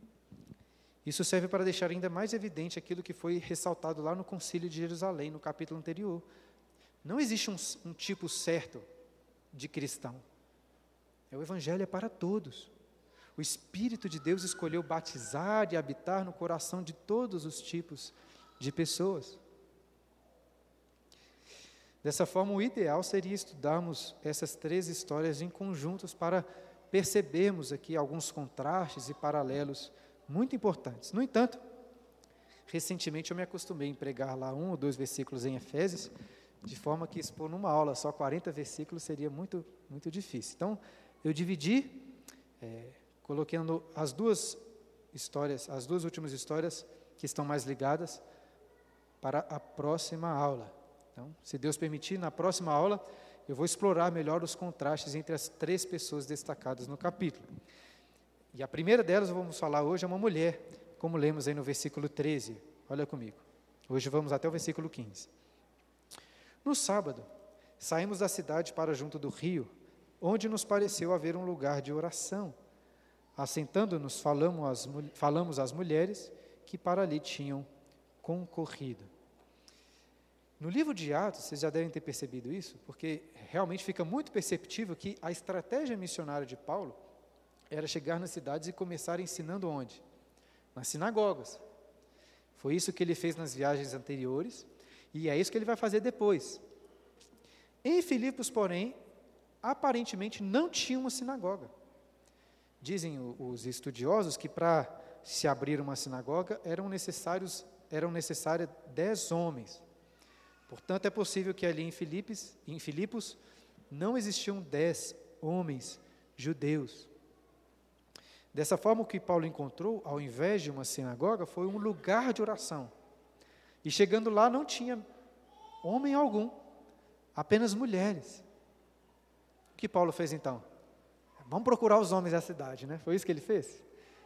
Isso serve para deixar ainda mais evidente aquilo que foi ressaltado lá no Concílio de Jerusalém, no capítulo anterior. Não existe um, um tipo certo de cristão. O Evangelho é para todos. O Espírito de Deus escolheu batizar e habitar no coração de todos os tipos de pessoas. Dessa forma, o ideal seria estudarmos essas três histórias em conjuntos para percebermos aqui alguns contrastes e paralelos muito importantes. No entanto, recentemente eu me acostumei a pregar lá um ou dois versículos em Efésios, de forma que expor numa aula só quarenta versículos seria muito, muito difícil. Então, eu dividi, é, colocando as duas histórias, as duas últimas histórias que estão mais ligadas para a próxima aula. Então, se Deus permitir, na próxima aula, eu vou explorar melhor os contrastes entre as três pessoas destacadas no capítulo. E a primeira delas, vamos falar hoje, é uma mulher, como lemos aí no versículo treze. Olha comigo. Hoje vamos até o versículo quinze. No sábado, saímos da cidade para junto do rio, onde nos pareceu haver um lugar de oração. Assentando-nos, falamos às, falamos às mulheres que para ali tinham concorrido. No livro de Atos, vocês já devem ter percebido isso, porque realmente fica muito perceptível que a estratégia missionária de Paulo era chegar nas cidades e começar ensinando onde? Nas sinagogas. Foi isso que ele fez nas viagens anteriores, e é isso que ele vai fazer depois. Em Filipos, porém, aparentemente não tinha uma sinagoga. Dizem os estudiosos que para se abrir uma sinagoga eram necessários, eram necessários dez homens. Portanto, é possível que ali em Filipos, em Filipos não existiam dez homens judeus. Dessa forma, o que Paulo encontrou, ao invés de uma sinagoga, foi um lugar de oração. E chegando lá, não tinha homem algum, apenas mulheres. O que Paulo fez então? Vamos procurar os homens da cidade, né? Foi isso que ele fez?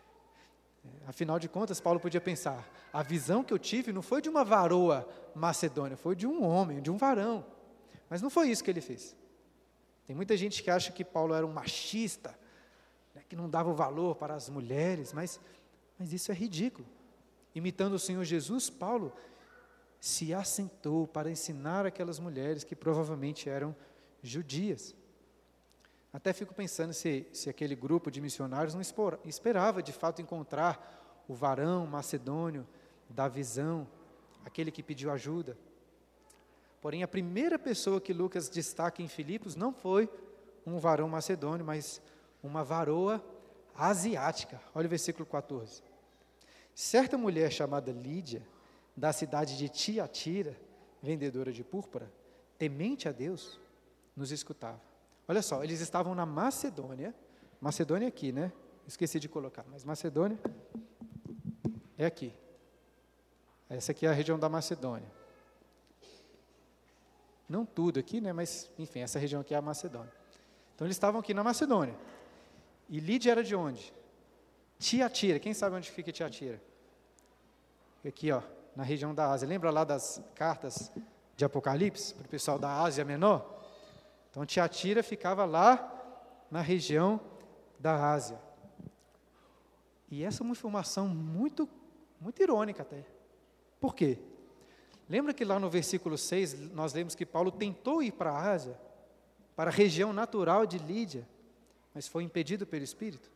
Afinal de contas, Paulo podia pensar, a visão que eu tive não foi de uma varoa macedônia, foi de um homem, de um varão. Mas não foi isso que ele fez. Tem muita gente que acha que Paulo era um machista, né, que não dava o valor para as mulheres, mas, mas isso é ridículo. Imitando o Senhor Jesus, Paulo se assentou para ensinar aquelas mulheres que provavelmente eram judias. Até fico pensando se, se aquele grupo de missionários não esperava de fato encontrar o varão macedônio da visão, aquele que pediu ajuda. Porém, a primeira pessoa que Lucas destaca em Filipos não foi um varão macedônio, mas uma varoa asiática. Olha o versículo quatorze. Certa mulher chamada Lídia, da cidade de Tiatira, vendedora de púrpura, temente a Deus, nos escutava. Olha só, eles estavam na Macedônia, Macedônia aqui, né? Esqueci de colocar, mas Macedônia é aqui. Essa aqui é a região da Macedônia. Não tudo aqui, né? Mas, enfim, essa região aqui é a Macedônia. Então, eles estavam aqui na Macedônia. E Lídia era de onde? Tiatira. Quem sabe onde fica Tiatira? Aqui, ó, na região da Ásia. Lembra lá das cartas de Apocalipse, para o pessoal da Ásia Menor? Então, Tiatira ficava lá na região da Ásia. E essa é uma informação muito, muito irônica até. Por quê? Lembra que lá no versículo seis, nós lemos que Paulo tentou ir para a Ásia, para a região natural de Lídia, mas foi impedido pelo Espírito?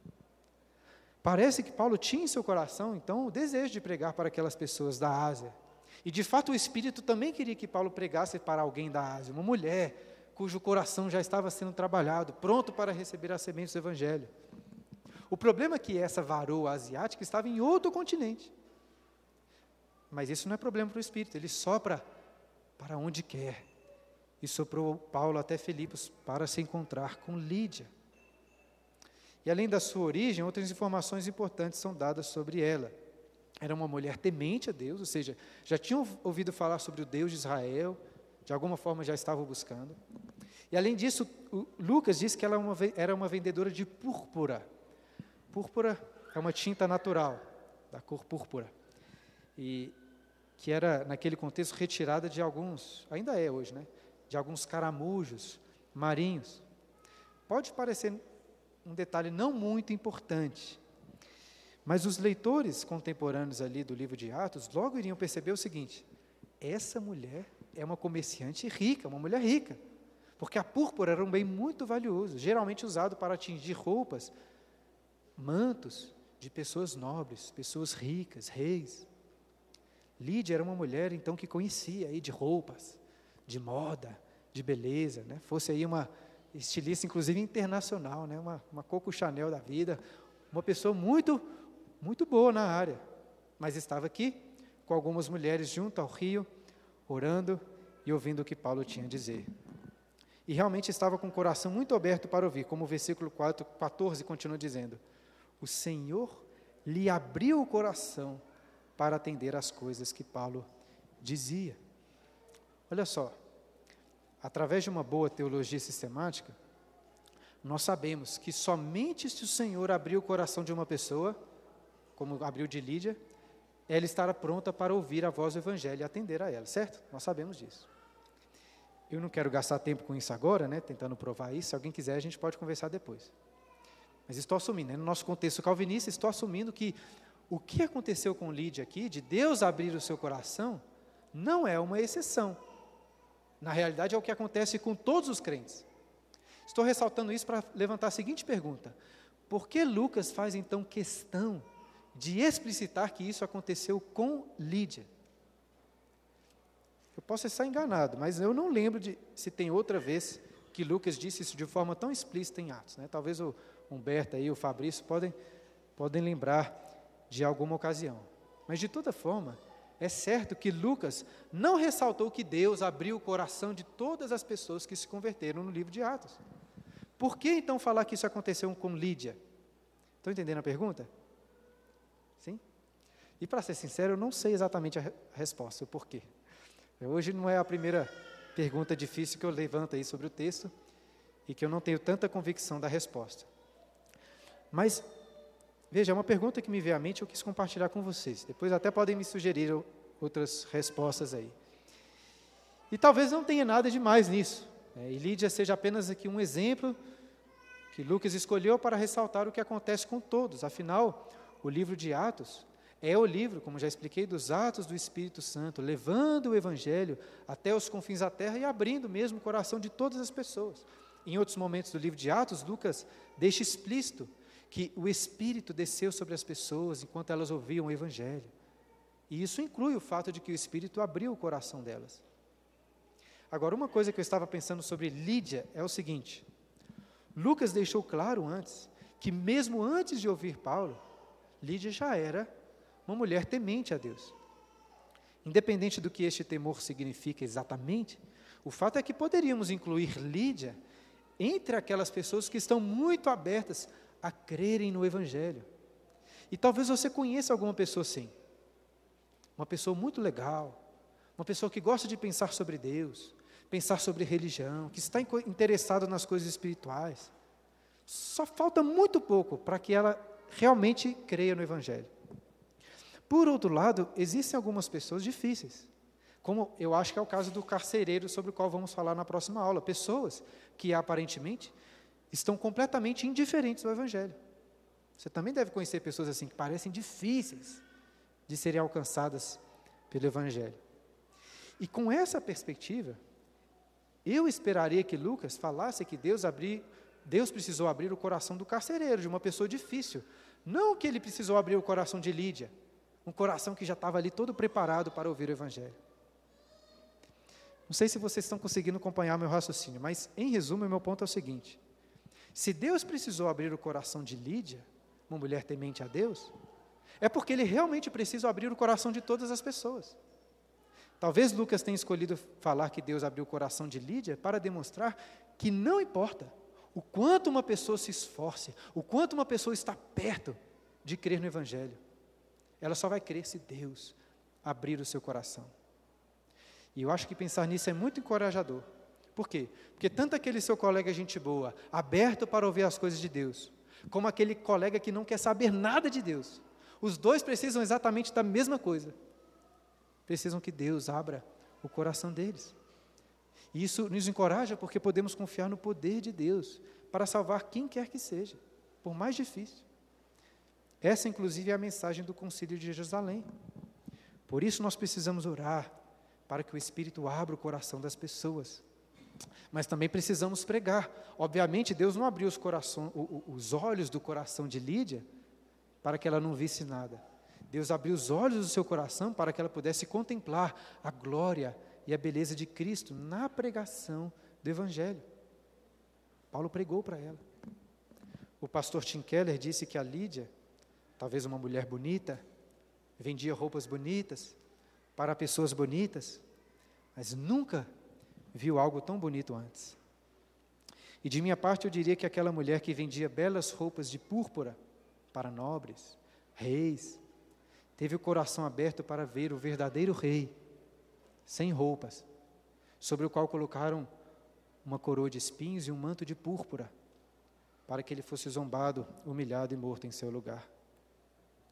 Parece que Paulo tinha em seu coração, então, o desejo de pregar para aquelas pessoas da Ásia. E, de fato, o Espírito também queria que Paulo pregasse para alguém da Ásia, uma mulher cujo coração já estava sendo trabalhado, pronto para receber a semente do Evangelho. O problema é que essa varoa asiática estava em outro continente. Mas isso não é problema para o Espírito, ele sopra para onde quer. E soprou Paulo até Filipos para se encontrar com Lídia. E além da sua origem, outras informações importantes são dadas sobre ela. Era uma mulher temente a Deus, ou seja, já tinham ouvido falar sobre o Deus de Israel, de alguma forma já estavam buscando. E além disso, o Lucas diz que ela era uma vendedora de púrpura. Púrpura é uma tinta natural, da cor púrpura. E que era, naquele contexto, retirada de alguns, ainda é hoje, né? De alguns caramujos marinhos. Pode parecer um detalhe não muito importante, mas os leitores contemporâneos ali do livro de Atos logo iriam perceber o seguinte: essa mulher é uma comerciante rica, uma mulher rica, porque a púrpura era um bem muito valioso, geralmente usado para atingir roupas, mantos de pessoas nobres, pessoas ricas, reis. Lídia era uma mulher, então, que conhecia aí de roupas, de moda, de beleza, né? Fosse aí uma estilista, inclusive, internacional, né? Uma, uma Coco Chanel da vida, uma pessoa muito, muito boa na área, mas estava aqui com algumas mulheres junto ao rio, orando e ouvindo o que Paulo tinha a dizer. E realmente estava com o coração muito aberto para ouvir, como o versículo quatro, quatorze continua dizendo: o Senhor lhe abriu o coração para atender às coisas que Paulo dizia. Olha só, através de uma boa teologia sistemática, nós sabemos que somente se o Senhor abrir o coração de uma pessoa, como abriu de Lídia, ela estará pronta para ouvir a voz do Evangelho e atender a ela, certo? Nós sabemos disso. Eu não quero gastar tempo com isso agora, né, tentando provar isso. Se alguém quiser, a gente pode conversar depois. Mas estou assumindo, né, no nosso contexto calvinista, estou assumindo que o que aconteceu com Lídia aqui, de Deus abrir o seu coração, não é uma exceção. Na realidade, é o que acontece com todos os crentes. Estou ressaltando isso para levantar a seguinte pergunta: por que Lucas faz então questão de explicitar que isso aconteceu com Lídia? Eu posso estar enganado, mas eu não lembro de se tem outra vez que Lucas disse isso de forma tão explícita em Atos, né? Talvez o Humberto e o Fabrício podem, podem lembrar de alguma ocasião. Mas, de toda forma, é certo que Lucas não ressaltou que Deus abriu o coração de todas as pessoas que se converteram no livro de Atos. Por que, então, falar que isso aconteceu com Lídia? Estão entendendo a pergunta? Sim? E, para ser sincero, eu não sei exatamente a, re- a resposta, o porquê. Hoje não é a primeira pergunta difícil que eu levanto aí sobre o texto e que eu não tenho tanta convicção da resposta. Mas, veja, é uma pergunta que me veio à mente e eu quis compartilhar com vocês. Depois até podem me sugerir outras respostas aí. E talvez não tenha nada de mais nisso, né? E Lídia seja apenas aqui um exemplo que Lucas escolheu para ressaltar o que acontece com todos. Afinal, o livro de Atos é o livro, como já expliquei, dos atos do Espírito Santo, levando o Evangelho até os confins da terra e abrindo mesmo o coração de todas as pessoas. Em outros momentos do livro de Atos, Lucas deixa explícito que o Espírito desceu sobre as pessoas enquanto elas ouviam o Evangelho. E isso inclui o fato de que o Espírito abriu o coração delas. Agora, uma coisa que eu estava pensando sobre Lídia é o seguinte: Lucas deixou claro antes, que mesmo antes de ouvir Paulo, Lídia já era uma mulher temente a Deus. Independente do que este temor significa exatamente, o fato é que poderíamos incluir Lídia entre aquelas pessoas que estão muito abertas a crerem no Evangelho. E talvez você conheça alguma pessoa assim. Uma pessoa muito legal, uma pessoa que gosta de pensar sobre Deus, pensar sobre religião, que está interessada nas coisas espirituais. Só falta muito pouco para que ela realmente creia no Evangelho. Por outro lado, existem algumas pessoas difíceis, como eu acho que é o caso do carcereiro, sobre o qual vamos falar na próxima aula. Pessoas que aparentemente estão completamente indiferentes ao Evangelho. Você também deve conhecer pessoas assim, que parecem difíceis de serem alcançadas pelo Evangelho. E com essa perspectiva, eu esperaria que Lucas falasse que Deus, abri, Deus precisou abrir o coração do carcereiro, de uma pessoa difícil. Não que ele precisou abrir o coração de Lídia, um coração que já estava ali todo preparado para ouvir o Evangelho. Não sei se vocês estão conseguindo acompanhar meu raciocínio, mas, em resumo, o meu ponto é o seguinte: se Deus precisou abrir o coração de Lídia, uma mulher temente a Deus, é porque Ele realmente precisa abrir o coração de todas as pessoas. Talvez Lucas tenha escolhido falar que Deus abriu o coração de Lídia para demonstrar que não importa o quanto uma pessoa se esforce, o quanto uma pessoa está perto de crer no Evangelho, ela só vai crer se Deus abrir o seu coração. E eu acho que pensar nisso é muito encorajador. Por quê? Porque tanto aquele seu colega gente boa, aberto para ouvir as coisas de Deus, como aquele colega que não quer saber nada de Deus, os dois precisam exatamente da mesma coisa. Precisam que Deus abra o coração deles. E isso nos encoraja porque podemos confiar no poder de Deus para salvar quem quer que seja, por mais difícil. Essa, inclusive, é a mensagem do Concílio de Jerusalém. Por isso nós precisamos orar para que o Espírito abra o coração das pessoas. Mas também precisamos pregar. Obviamente, Deus não abriu os, coração, os olhos do coração de Lídia para que ela não visse nada. Deus abriu os olhos do seu coração para que ela pudesse contemplar a glória e a beleza de Cristo na pregação do Evangelho. Paulo pregou para ela. O pastor Tim Keller disse que a Lídia, talvez uma mulher bonita, vendia roupas bonitas para pessoas bonitas, mas nunca viu algo tão bonito antes. E de minha parte eu diria que aquela mulher que vendia belas roupas de púrpura para nobres, reis, teve o coração aberto para ver o verdadeiro rei, sem roupas, sobre o qual colocaram uma coroa de espinhos e um manto de púrpura, para que ele fosse zombado, humilhado e morto em seu lugar.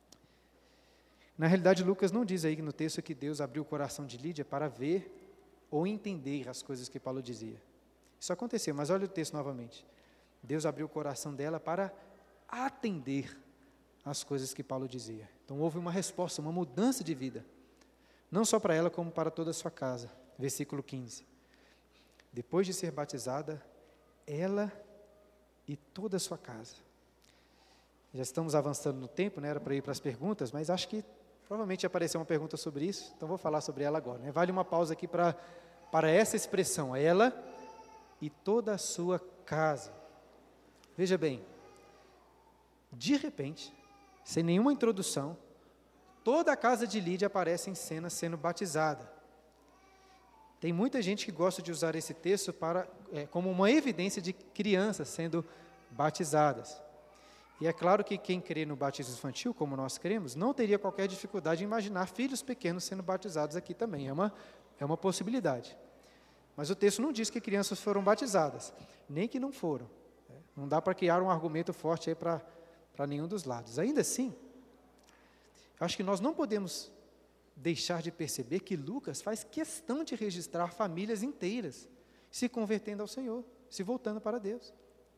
Na realidade, Lucas não diz aí no texto que Deus abriu o coração de Lídia para ver ou entender as coisas que Paulo dizia. Isso aconteceu, mas olha o texto novamente. Deus abriu o coração dela para atender às coisas que Paulo dizia. Então houve uma resposta, uma mudança de vida. Não só para ela, como para toda a sua casa. Versículo quinze. Depois de ser batizada, ela e toda a sua casa. Já estamos avançando no tempo, né? Era para ir para as perguntas, mas acho que provavelmente apareceu uma pergunta sobre isso, então vou falar sobre ela agora, né? Vale uma pausa aqui para, para essa expressão, ela e toda a sua casa. Veja bem, de repente, sem nenhuma introdução, toda a casa de Lídia aparece em cena sendo batizada. Tem muita gente que gosta de usar esse texto para, é, como uma evidência de crianças sendo batizadas. E é claro que quem crê no batismo infantil, como nós cremos, não teria qualquer dificuldade em imaginar filhos pequenos sendo batizados aqui também. É uma, é uma possibilidade. Mas o texto não diz que crianças foram batizadas, nem que não foram. Não dá para criar um argumento forte aí para, para nenhum dos lados. Ainda assim, eu acho que nós não podemos deixar de perceber que Lucas faz questão de registrar famílias inteiras se convertendo ao Senhor, se voltando para Deus.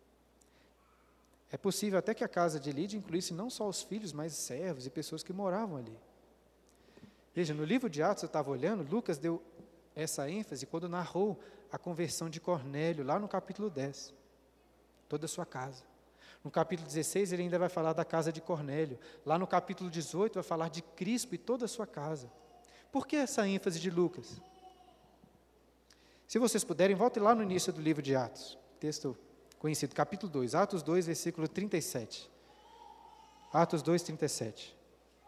É possível até que a casa de Lídia incluísse não só os filhos, mas servos e pessoas que moravam ali. Veja, no livro de Atos, eu estava olhando, Lucas deu essa ênfase quando narrou a conversão de Cornélio, lá no capítulo dez. Toda a sua casa. No capítulo dezesseis, ele ainda vai falar da casa de Cornélio. Lá no capítulo dezoito, vai falar de Crispo e toda a sua casa. Por que essa ênfase de Lucas? Se vocês puderem, voltem lá no início do livro de Atos. Texto conhecido, capítulo dois, Atos dois, versículo trinta e sete. Atos dois, trinta e sete.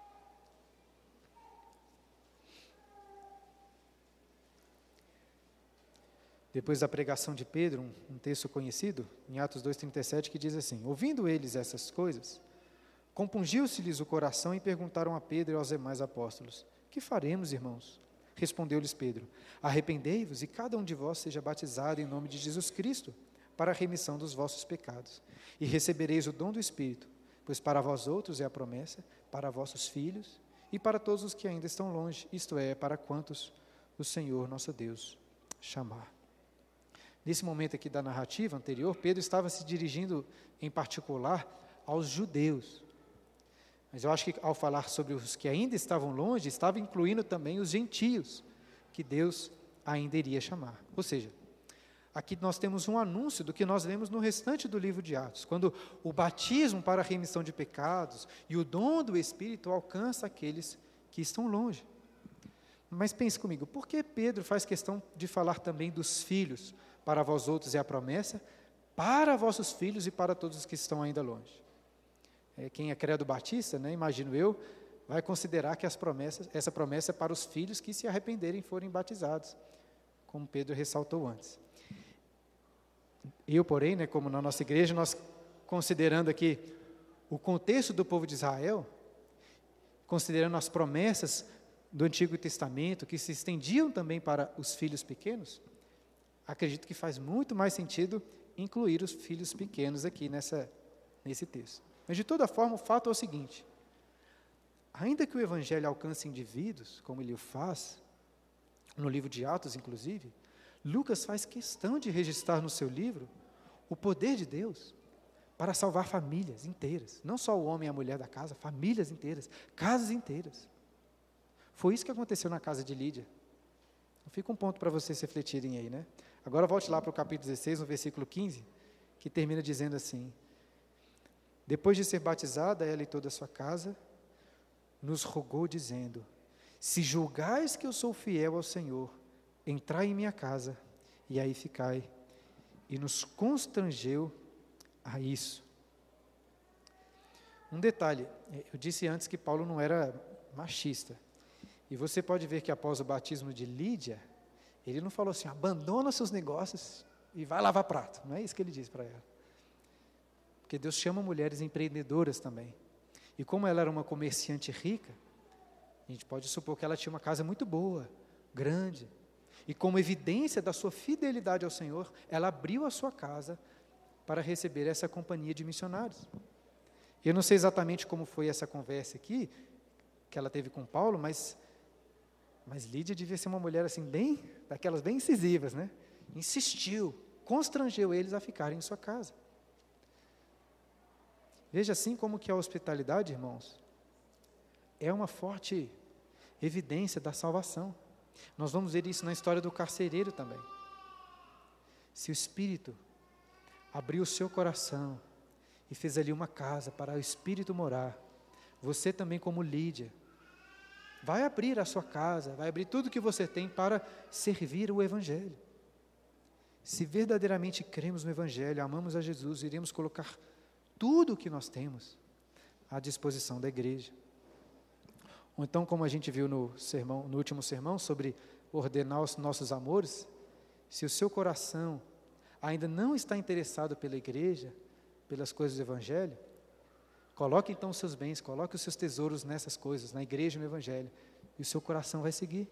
Depois da pregação de Pedro, um, um texto conhecido, em Atos dois, trinta e sete, que diz assim: ouvindo eles essas coisas, compungiu-se-lhes o coração e perguntaram a Pedro e aos demais apóstolos: que faremos, irmãos? Respondeu-lhes Pedro: arrependei-vos e cada um de vós seja batizado em nome de Jesus Cristo, para a remissão dos vossos pecados, e recebereis o dom do Espírito, pois para vós outros é a promessa, para vossos filhos e para todos os que ainda estão longe, isto é, para quantos o Senhor nosso Deus chamar. Nesse momento aqui da narrativa anterior, Pedro estava se dirigindo em particular aos judeus, mas eu acho que ao falar sobre os que ainda estavam longe, estava incluindo também os gentios, que Deus ainda iria chamar. Ou seja, aqui nós temos um anúncio do que nós lemos no restante do livro de Atos, quando o batismo para a remissão de pecados e o dom do Espírito alcança aqueles que estão longe. Mas pense comigo, por que Pedro faz questão de falar também dos filhos? Para vós outros é a promessa, para vossos filhos e para todos os que estão ainda longe. É, quem é credo batista, né, imagino eu, vai considerar que as promessas, essa promessa é para os filhos que se arrependerem e forem batizados, como Pedro ressaltou antes. Eu, porém, né, como na nossa igreja, nós considerando aqui o contexto do povo de Israel, considerando as promessas do Antigo Testamento, que se estendiam também para os filhos pequenos, acredito que faz muito mais sentido incluir os filhos pequenos aqui nessa, nesse texto. Mas, de toda forma, o fato é o seguinte: ainda que o Evangelho alcance indivíduos, como ele o faz, no livro de Atos, inclusive, Lucas faz questão de registrar no seu livro o poder de Deus para salvar famílias inteiras, não só o homem e a mulher da casa, famílias inteiras, casas inteiras. Foi isso que aconteceu na casa de Lídia. Fica um ponto para vocês refletirem aí, né? Agora volte lá para o capítulo dezesseis, no versículo quinze, que termina dizendo assim: depois de ser batizada, ela e toda a sua casa, nos rogou dizendo: se julgais que eu sou fiel ao Senhor, entrai em minha casa, e aí ficai. E nos constrangeu a isso. Um detalhe, eu disse antes que Paulo não era machista. E você pode ver que após o batismo de Lídia, ele não falou assim: abandona seus negócios e vai lavar prato. Não é isso que ele disse para ela. Porque Deus chama mulheres empreendedoras também. E como ela era uma comerciante rica, a gente pode supor que ela tinha uma casa muito boa, grande. E como evidência da sua fidelidade ao Senhor, ela abriu a sua casa para receber essa companhia de missionários. Eu não sei exatamente como foi essa conversa aqui, que ela teve com Paulo, mas, mas Lídia devia ser uma mulher assim, bem, daquelas bem incisivas, né? Insistiu, constrangeu eles a ficarem em sua casa. Veja, assim como que a hospitalidade, irmãos, é uma forte evidência da salvação. Nós vamos ver isso na história do carcereiro também. Se o Espírito abriu o seu coração e fez ali uma casa para o Espírito morar, você também, como Lídia, vai abrir a sua casa, vai abrir tudo que você tem para servir o Evangelho. Se verdadeiramente cremos no Evangelho, amamos a Jesus, iremos colocar tudo o que nós temos à disposição da igreja. Ou então, como a gente viu no sermão, no último sermão, sobre ordenar os nossos amores, se o seu coração ainda não está interessado pela igreja, pelas coisas do Evangelho, coloque então os seus bens, coloque os seus tesouros nessas coisas, na igreja e no Evangelho, e o seu coração vai seguir.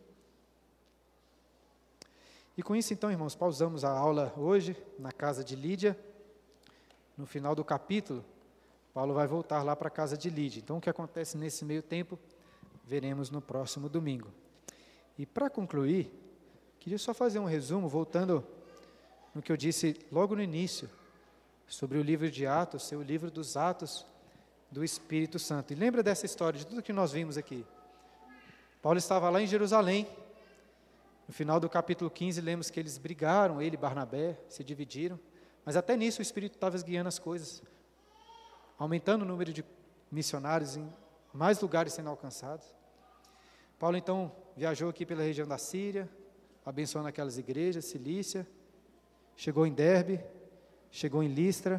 E com isso então, irmãos, pausamos a aula hoje, na casa de Lídia. No final do capítulo, Paulo vai voltar lá para a casa de Lídia. Então, o que acontece nesse meio tempo, veremos no próximo domingo. E para concluir, queria só fazer um resumo, voltando no que eu disse logo no início, sobre o livro de Atos, ser o livro dos Atos do Espírito Santo. E lembra dessa história, de tudo que nós vimos aqui. Paulo estava lá em Jerusalém. No final do capítulo quinze, lemos que eles brigaram, ele e Barnabé, se dividiram. Mas até nisso o Espírito estava guiando as coisas, aumentando o número de missionários em mais lugares sendo alcançados. Paulo então viajou aqui pela região da Síria, abençoando aquelas igrejas, Cilícia, chegou em Derbe, chegou em Listra,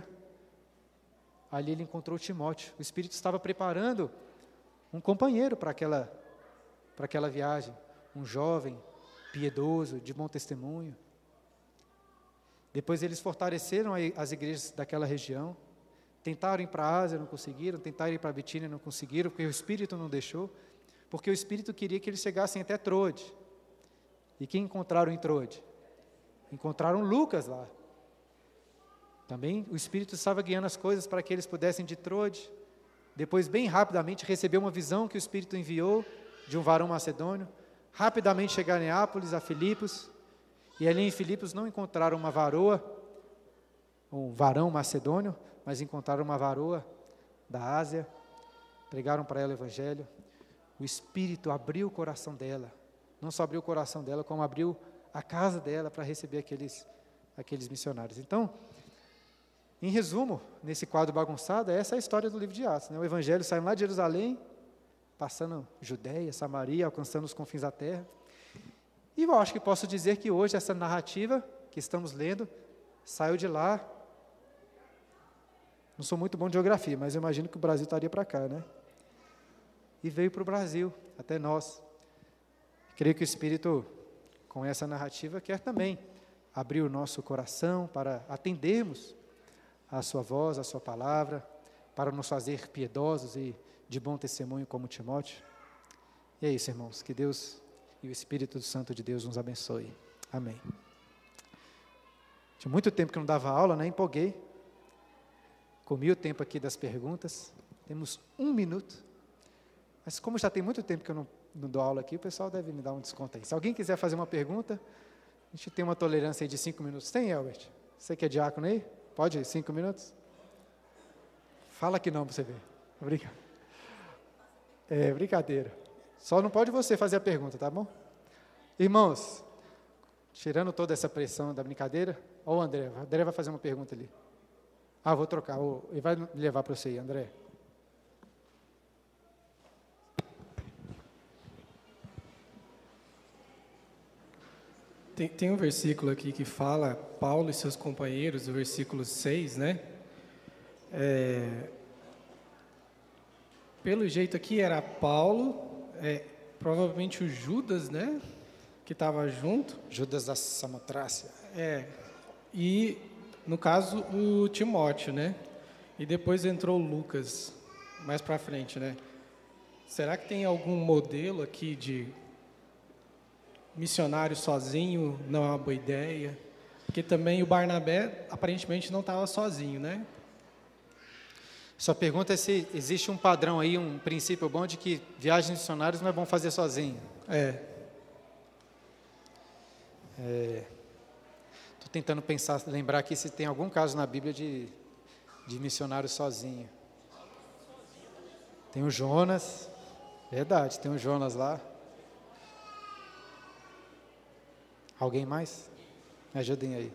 ali ele encontrou Timóteo. O Espírito estava preparando um companheiro para aquela, para aquela viagem, um jovem, piedoso, de bom testemunho. Depois eles fortaleceram as igrejas daquela região, tentaram ir para a Ásia, não conseguiram, tentaram ir para a Bitínia, não conseguiram, porque o Espírito não deixou, porque o Espírito queria que eles chegassem até Troade. E quem encontraram em Troade? Encontraram Lucas lá. Também o Espírito estava guiando as coisas para que eles pudessem de Troade. Depois, bem rapidamente, recebeu uma visão que o Espírito enviou de um varão macedônio. Rapidamente chegaram em Neápolis, a Filipos, e ali em Filipos não encontraram uma varoa, um varão macedônio, mas encontraram uma varoa da Ásia, pregaram para ela o Evangelho. O Espírito abriu o coração dela, não só abriu o coração dela, como abriu a casa dela para receber aqueles, aqueles missionários. Então, em resumo, nesse quadro bagunçado, essa é a história do livro de Atos, né? O Evangelho saiu lá de Jerusalém, passando Judeia, Samaria, alcançando os confins da terra. E eu acho que posso dizer que hoje essa narrativa que estamos lendo saiu de lá. Não sou muito bom de geografia, mas eu imagino que o Brasil estaria para cá, né? E veio para o Brasil, até nós. Creio que o Espírito, com essa narrativa, quer também abrir o nosso coração para atendermos a sua voz, a sua palavra, para nos fazer piedosos e de bom testemunho como Timóteo. E é isso, irmãos, que Deus e o Espírito Santo de Deus nos abençoe. Amém. Tinha muito tempo que não dava aula, né? Empolguei. Comi o tempo aqui das perguntas. Temos um minuto. Mas como já tem muito tempo que eu não, não dou aula aqui, o pessoal deve me dar um desconto aí. Se alguém quiser fazer uma pergunta, a gente tem uma tolerância aí de cinco minutos. Tem, Albert? Você que é diácono aí? Pode? Cinco minutos? Fala que não para você ver. Obrigado. É, brincadeira. Só não pode você fazer a pergunta, tá bom? Irmãos, tirando toda essa pressão da brincadeira, ó o André, o André vai fazer uma pergunta ali. Ah, vou trocar, ele vai me levar para você aí, André. Tem, tem um versículo aqui que fala, Paulo e seus companheiros, o versículo seis, né? É, pelo jeito aqui era Paulo, é, provavelmente o Judas, né? Que estava junto. Judas da Samotrácia. É, e no caso o Timóteo, né? E depois entrou o Lucas, mais para frente, né? Será que tem algum modelo aqui de missionário sozinho? Não é uma boa ideia? Porque também o Barnabé aparentemente não estava sozinho, né? Sua pergunta é se existe um padrão aí, um princípio bom de que viagens missionárias não é bom fazer sozinho. É. Estou tentando pensar, lembrar aqui se tem algum caso na Bíblia de, de missionário sozinho. Tem o Jonas, verdade, tem o Jonas lá. Alguém mais? Me ajudem aí.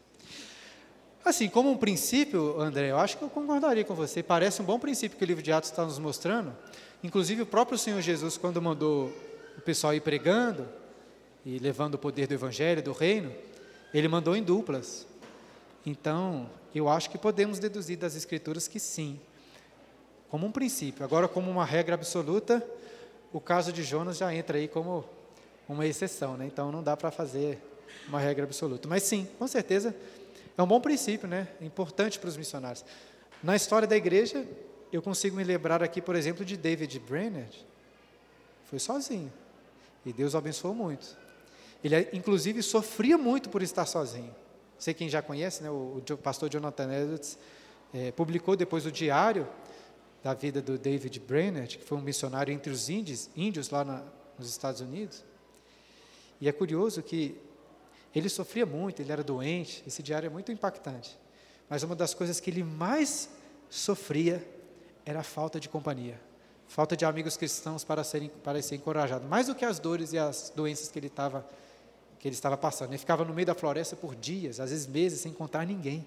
Assim, como um princípio, André, eu acho que eu concordaria com você. Parece um bom princípio que o livro de Atos está nos mostrando. Inclusive, o próprio Senhor Jesus, quando mandou o pessoal ir pregando e levando o poder do Evangelho, do Reino, Ele mandou em duplas. Então, eu acho que podemos deduzir das Escrituras que sim, como um princípio. Agora, como uma regra absoluta, o caso de Jonas já entra aí como uma exceção, né? Então, não dá para fazer uma regra absoluta. Mas sim, com certeza, é um bom princípio, né? É importante para os missionários. Na história da igreja, eu consigo me lembrar aqui, por exemplo, de David Brainerd. Foi sozinho. E Deus o abençoou muito. Ele, inclusive, sofria muito por estar sozinho. Sei quem já conhece, né? O, o pastor Jonathan Edwards é, publicou depois o diário da vida do David Brainerd, que foi um missionário entre os índios, índios lá na, nos Estados Unidos. E é curioso que ele sofria muito, ele era doente, esse diário é muito impactante. Mas uma das coisas que ele mais sofria era a falta de companhia, falta de amigos cristãos para, serem, para ser encorajado, mais do que as dores e as doenças que ele, tava, que ele estava passando. Ele ficava no meio da floresta por dias, às vezes meses, sem encontrar ninguém.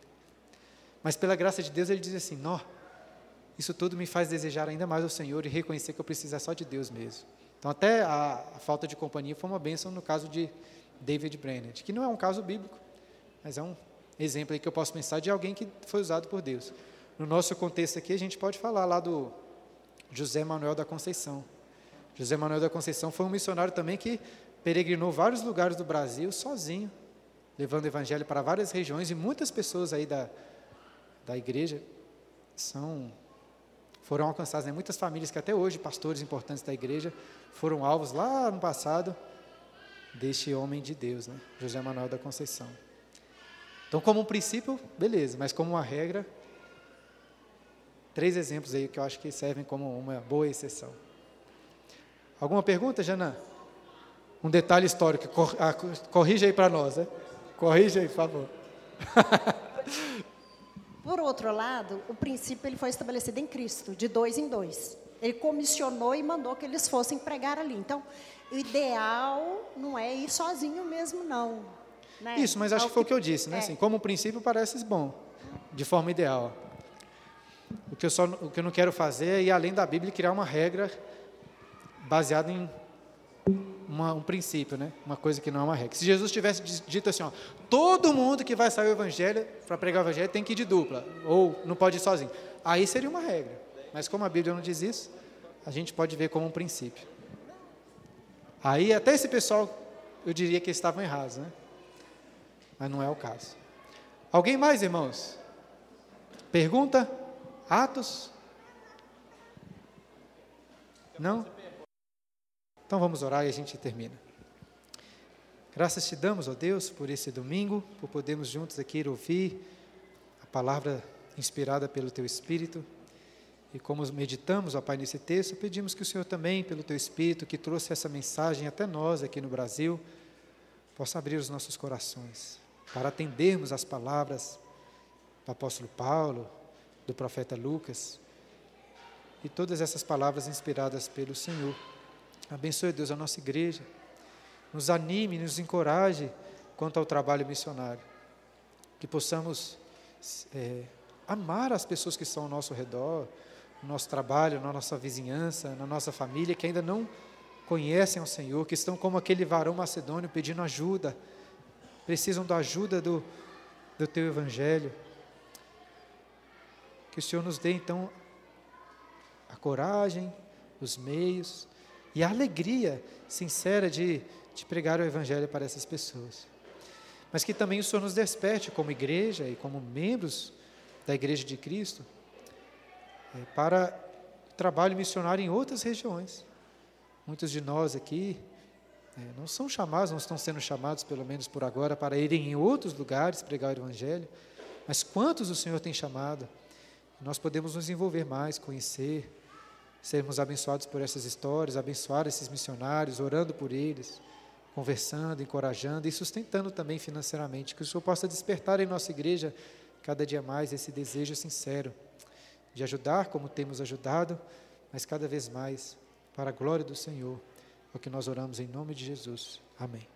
Mas pela graça de Deus, ele dizia assim: nó, isso tudo me faz desejar ainda mais ao Senhor e reconhecer que eu preciso só de Deus mesmo. Então, até a, a falta de companhia foi uma bênção no caso de David Brainerd, que não é um caso bíblico, mas é um exemplo aí que eu posso pensar de alguém que foi usado por Deus. No nosso contexto aqui, a gente pode falar lá do José Manuel da Conceição. José Manuel da Conceição foi um missionário também que peregrinou vários lugares do Brasil sozinho, levando o evangelho para várias regiões, e muitas pessoas aí da, da igreja são... foram alcançadas, né? Muitas famílias que até hoje, pastores importantes da igreja, foram alvos lá no passado deste homem de Deus, né? José Manuel da Conceição. Então, como um princípio, beleza, mas como uma regra, três exemplos aí que eu acho que servem como uma boa exceção. Alguma pergunta, Jana? Um detalhe histórico, cor, ah, corrija aí para nós, né? Corrija aí, por favor. Por outro lado, o princípio ele foi estabelecido em Cristo, de dois em dois. Ele comissionou e mandou que eles fossem pregar ali. Então, o ideal não é ir sozinho mesmo, não. Né? Isso, mas acho que foi o que eu disse, né? É. Assim, como princípio parece bom, de forma ideal. O que, eu só, o que eu não quero fazer é ir além da Bíblia e criar uma regra baseada em uma, um princípio, né? Uma coisa que não é uma regra. Se Jesus tivesse dito assim, ó, todo mundo que vai sair o evangelho, para pregar o evangelho, tem que ir de dupla, ou não pode ir sozinho. Aí seria uma regra. Mas como a Bíblia não diz isso, a gente pode ver como um princípio. Aí até esse pessoal, eu diria que eles estavam errados, né? Mas não é o caso. Alguém mais, irmãos? Pergunta? Atos? Não? Então vamos orar e a gente termina. Graças te damos, ó Deus, por esse domingo, por podermos juntos aqui ouvir a palavra inspirada pelo Teu Espírito. E como meditamos, ó Pai, nesse texto, pedimos que o Senhor também, pelo Teu Espírito, que trouxe essa mensagem até nós aqui no Brasil, possa abrir os nossos corações, para atendermos as palavras do apóstolo Paulo, do profeta Lucas, e todas essas palavras inspiradas pelo Senhor. Abençoe, Deus, a nossa igreja, nos anime, nos encoraje quanto ao trabalho missionário, que possamos é, amar as pessoas que estão ao nosso redor, no nosso trabalho, na nossa vizinhança, na nossa família, que ainda não conhecem ao Senhor, que estão como aquele varão macedônio pedindo ajuda, precisam da ajuda do, do Teu Evangelho. Que o Senhor nos dê, então, a coragem, os meios e a alegria sincera de, de pregar o Evangelho para essas pessoas. Mas que também o Senhor nos desperte como igreja e como membros da Igreja de Cristo é, para o trabalho missionário em outras regiões. Muitos de nós aqui é, não são chamados, não estão sendo chamados, pelo menos por agora, para irem em outros lugares pregar o Evangelho, mas quantos o Senhor tem chamado? Nós podemos nos envolver mais, conhecer, sermos abençoados por essas histórias, abençoar esses missionários, orando por eles, conversando, encorajando e sustentando também financeiramente. Que o Senhor possa despertar em nossa igreja cada dia mais esse desejo sincero de ajudar como temos ajudado, mas cada vez mais para a glória do Senhor. É o que nós oramos em nome de Jesus. Amém.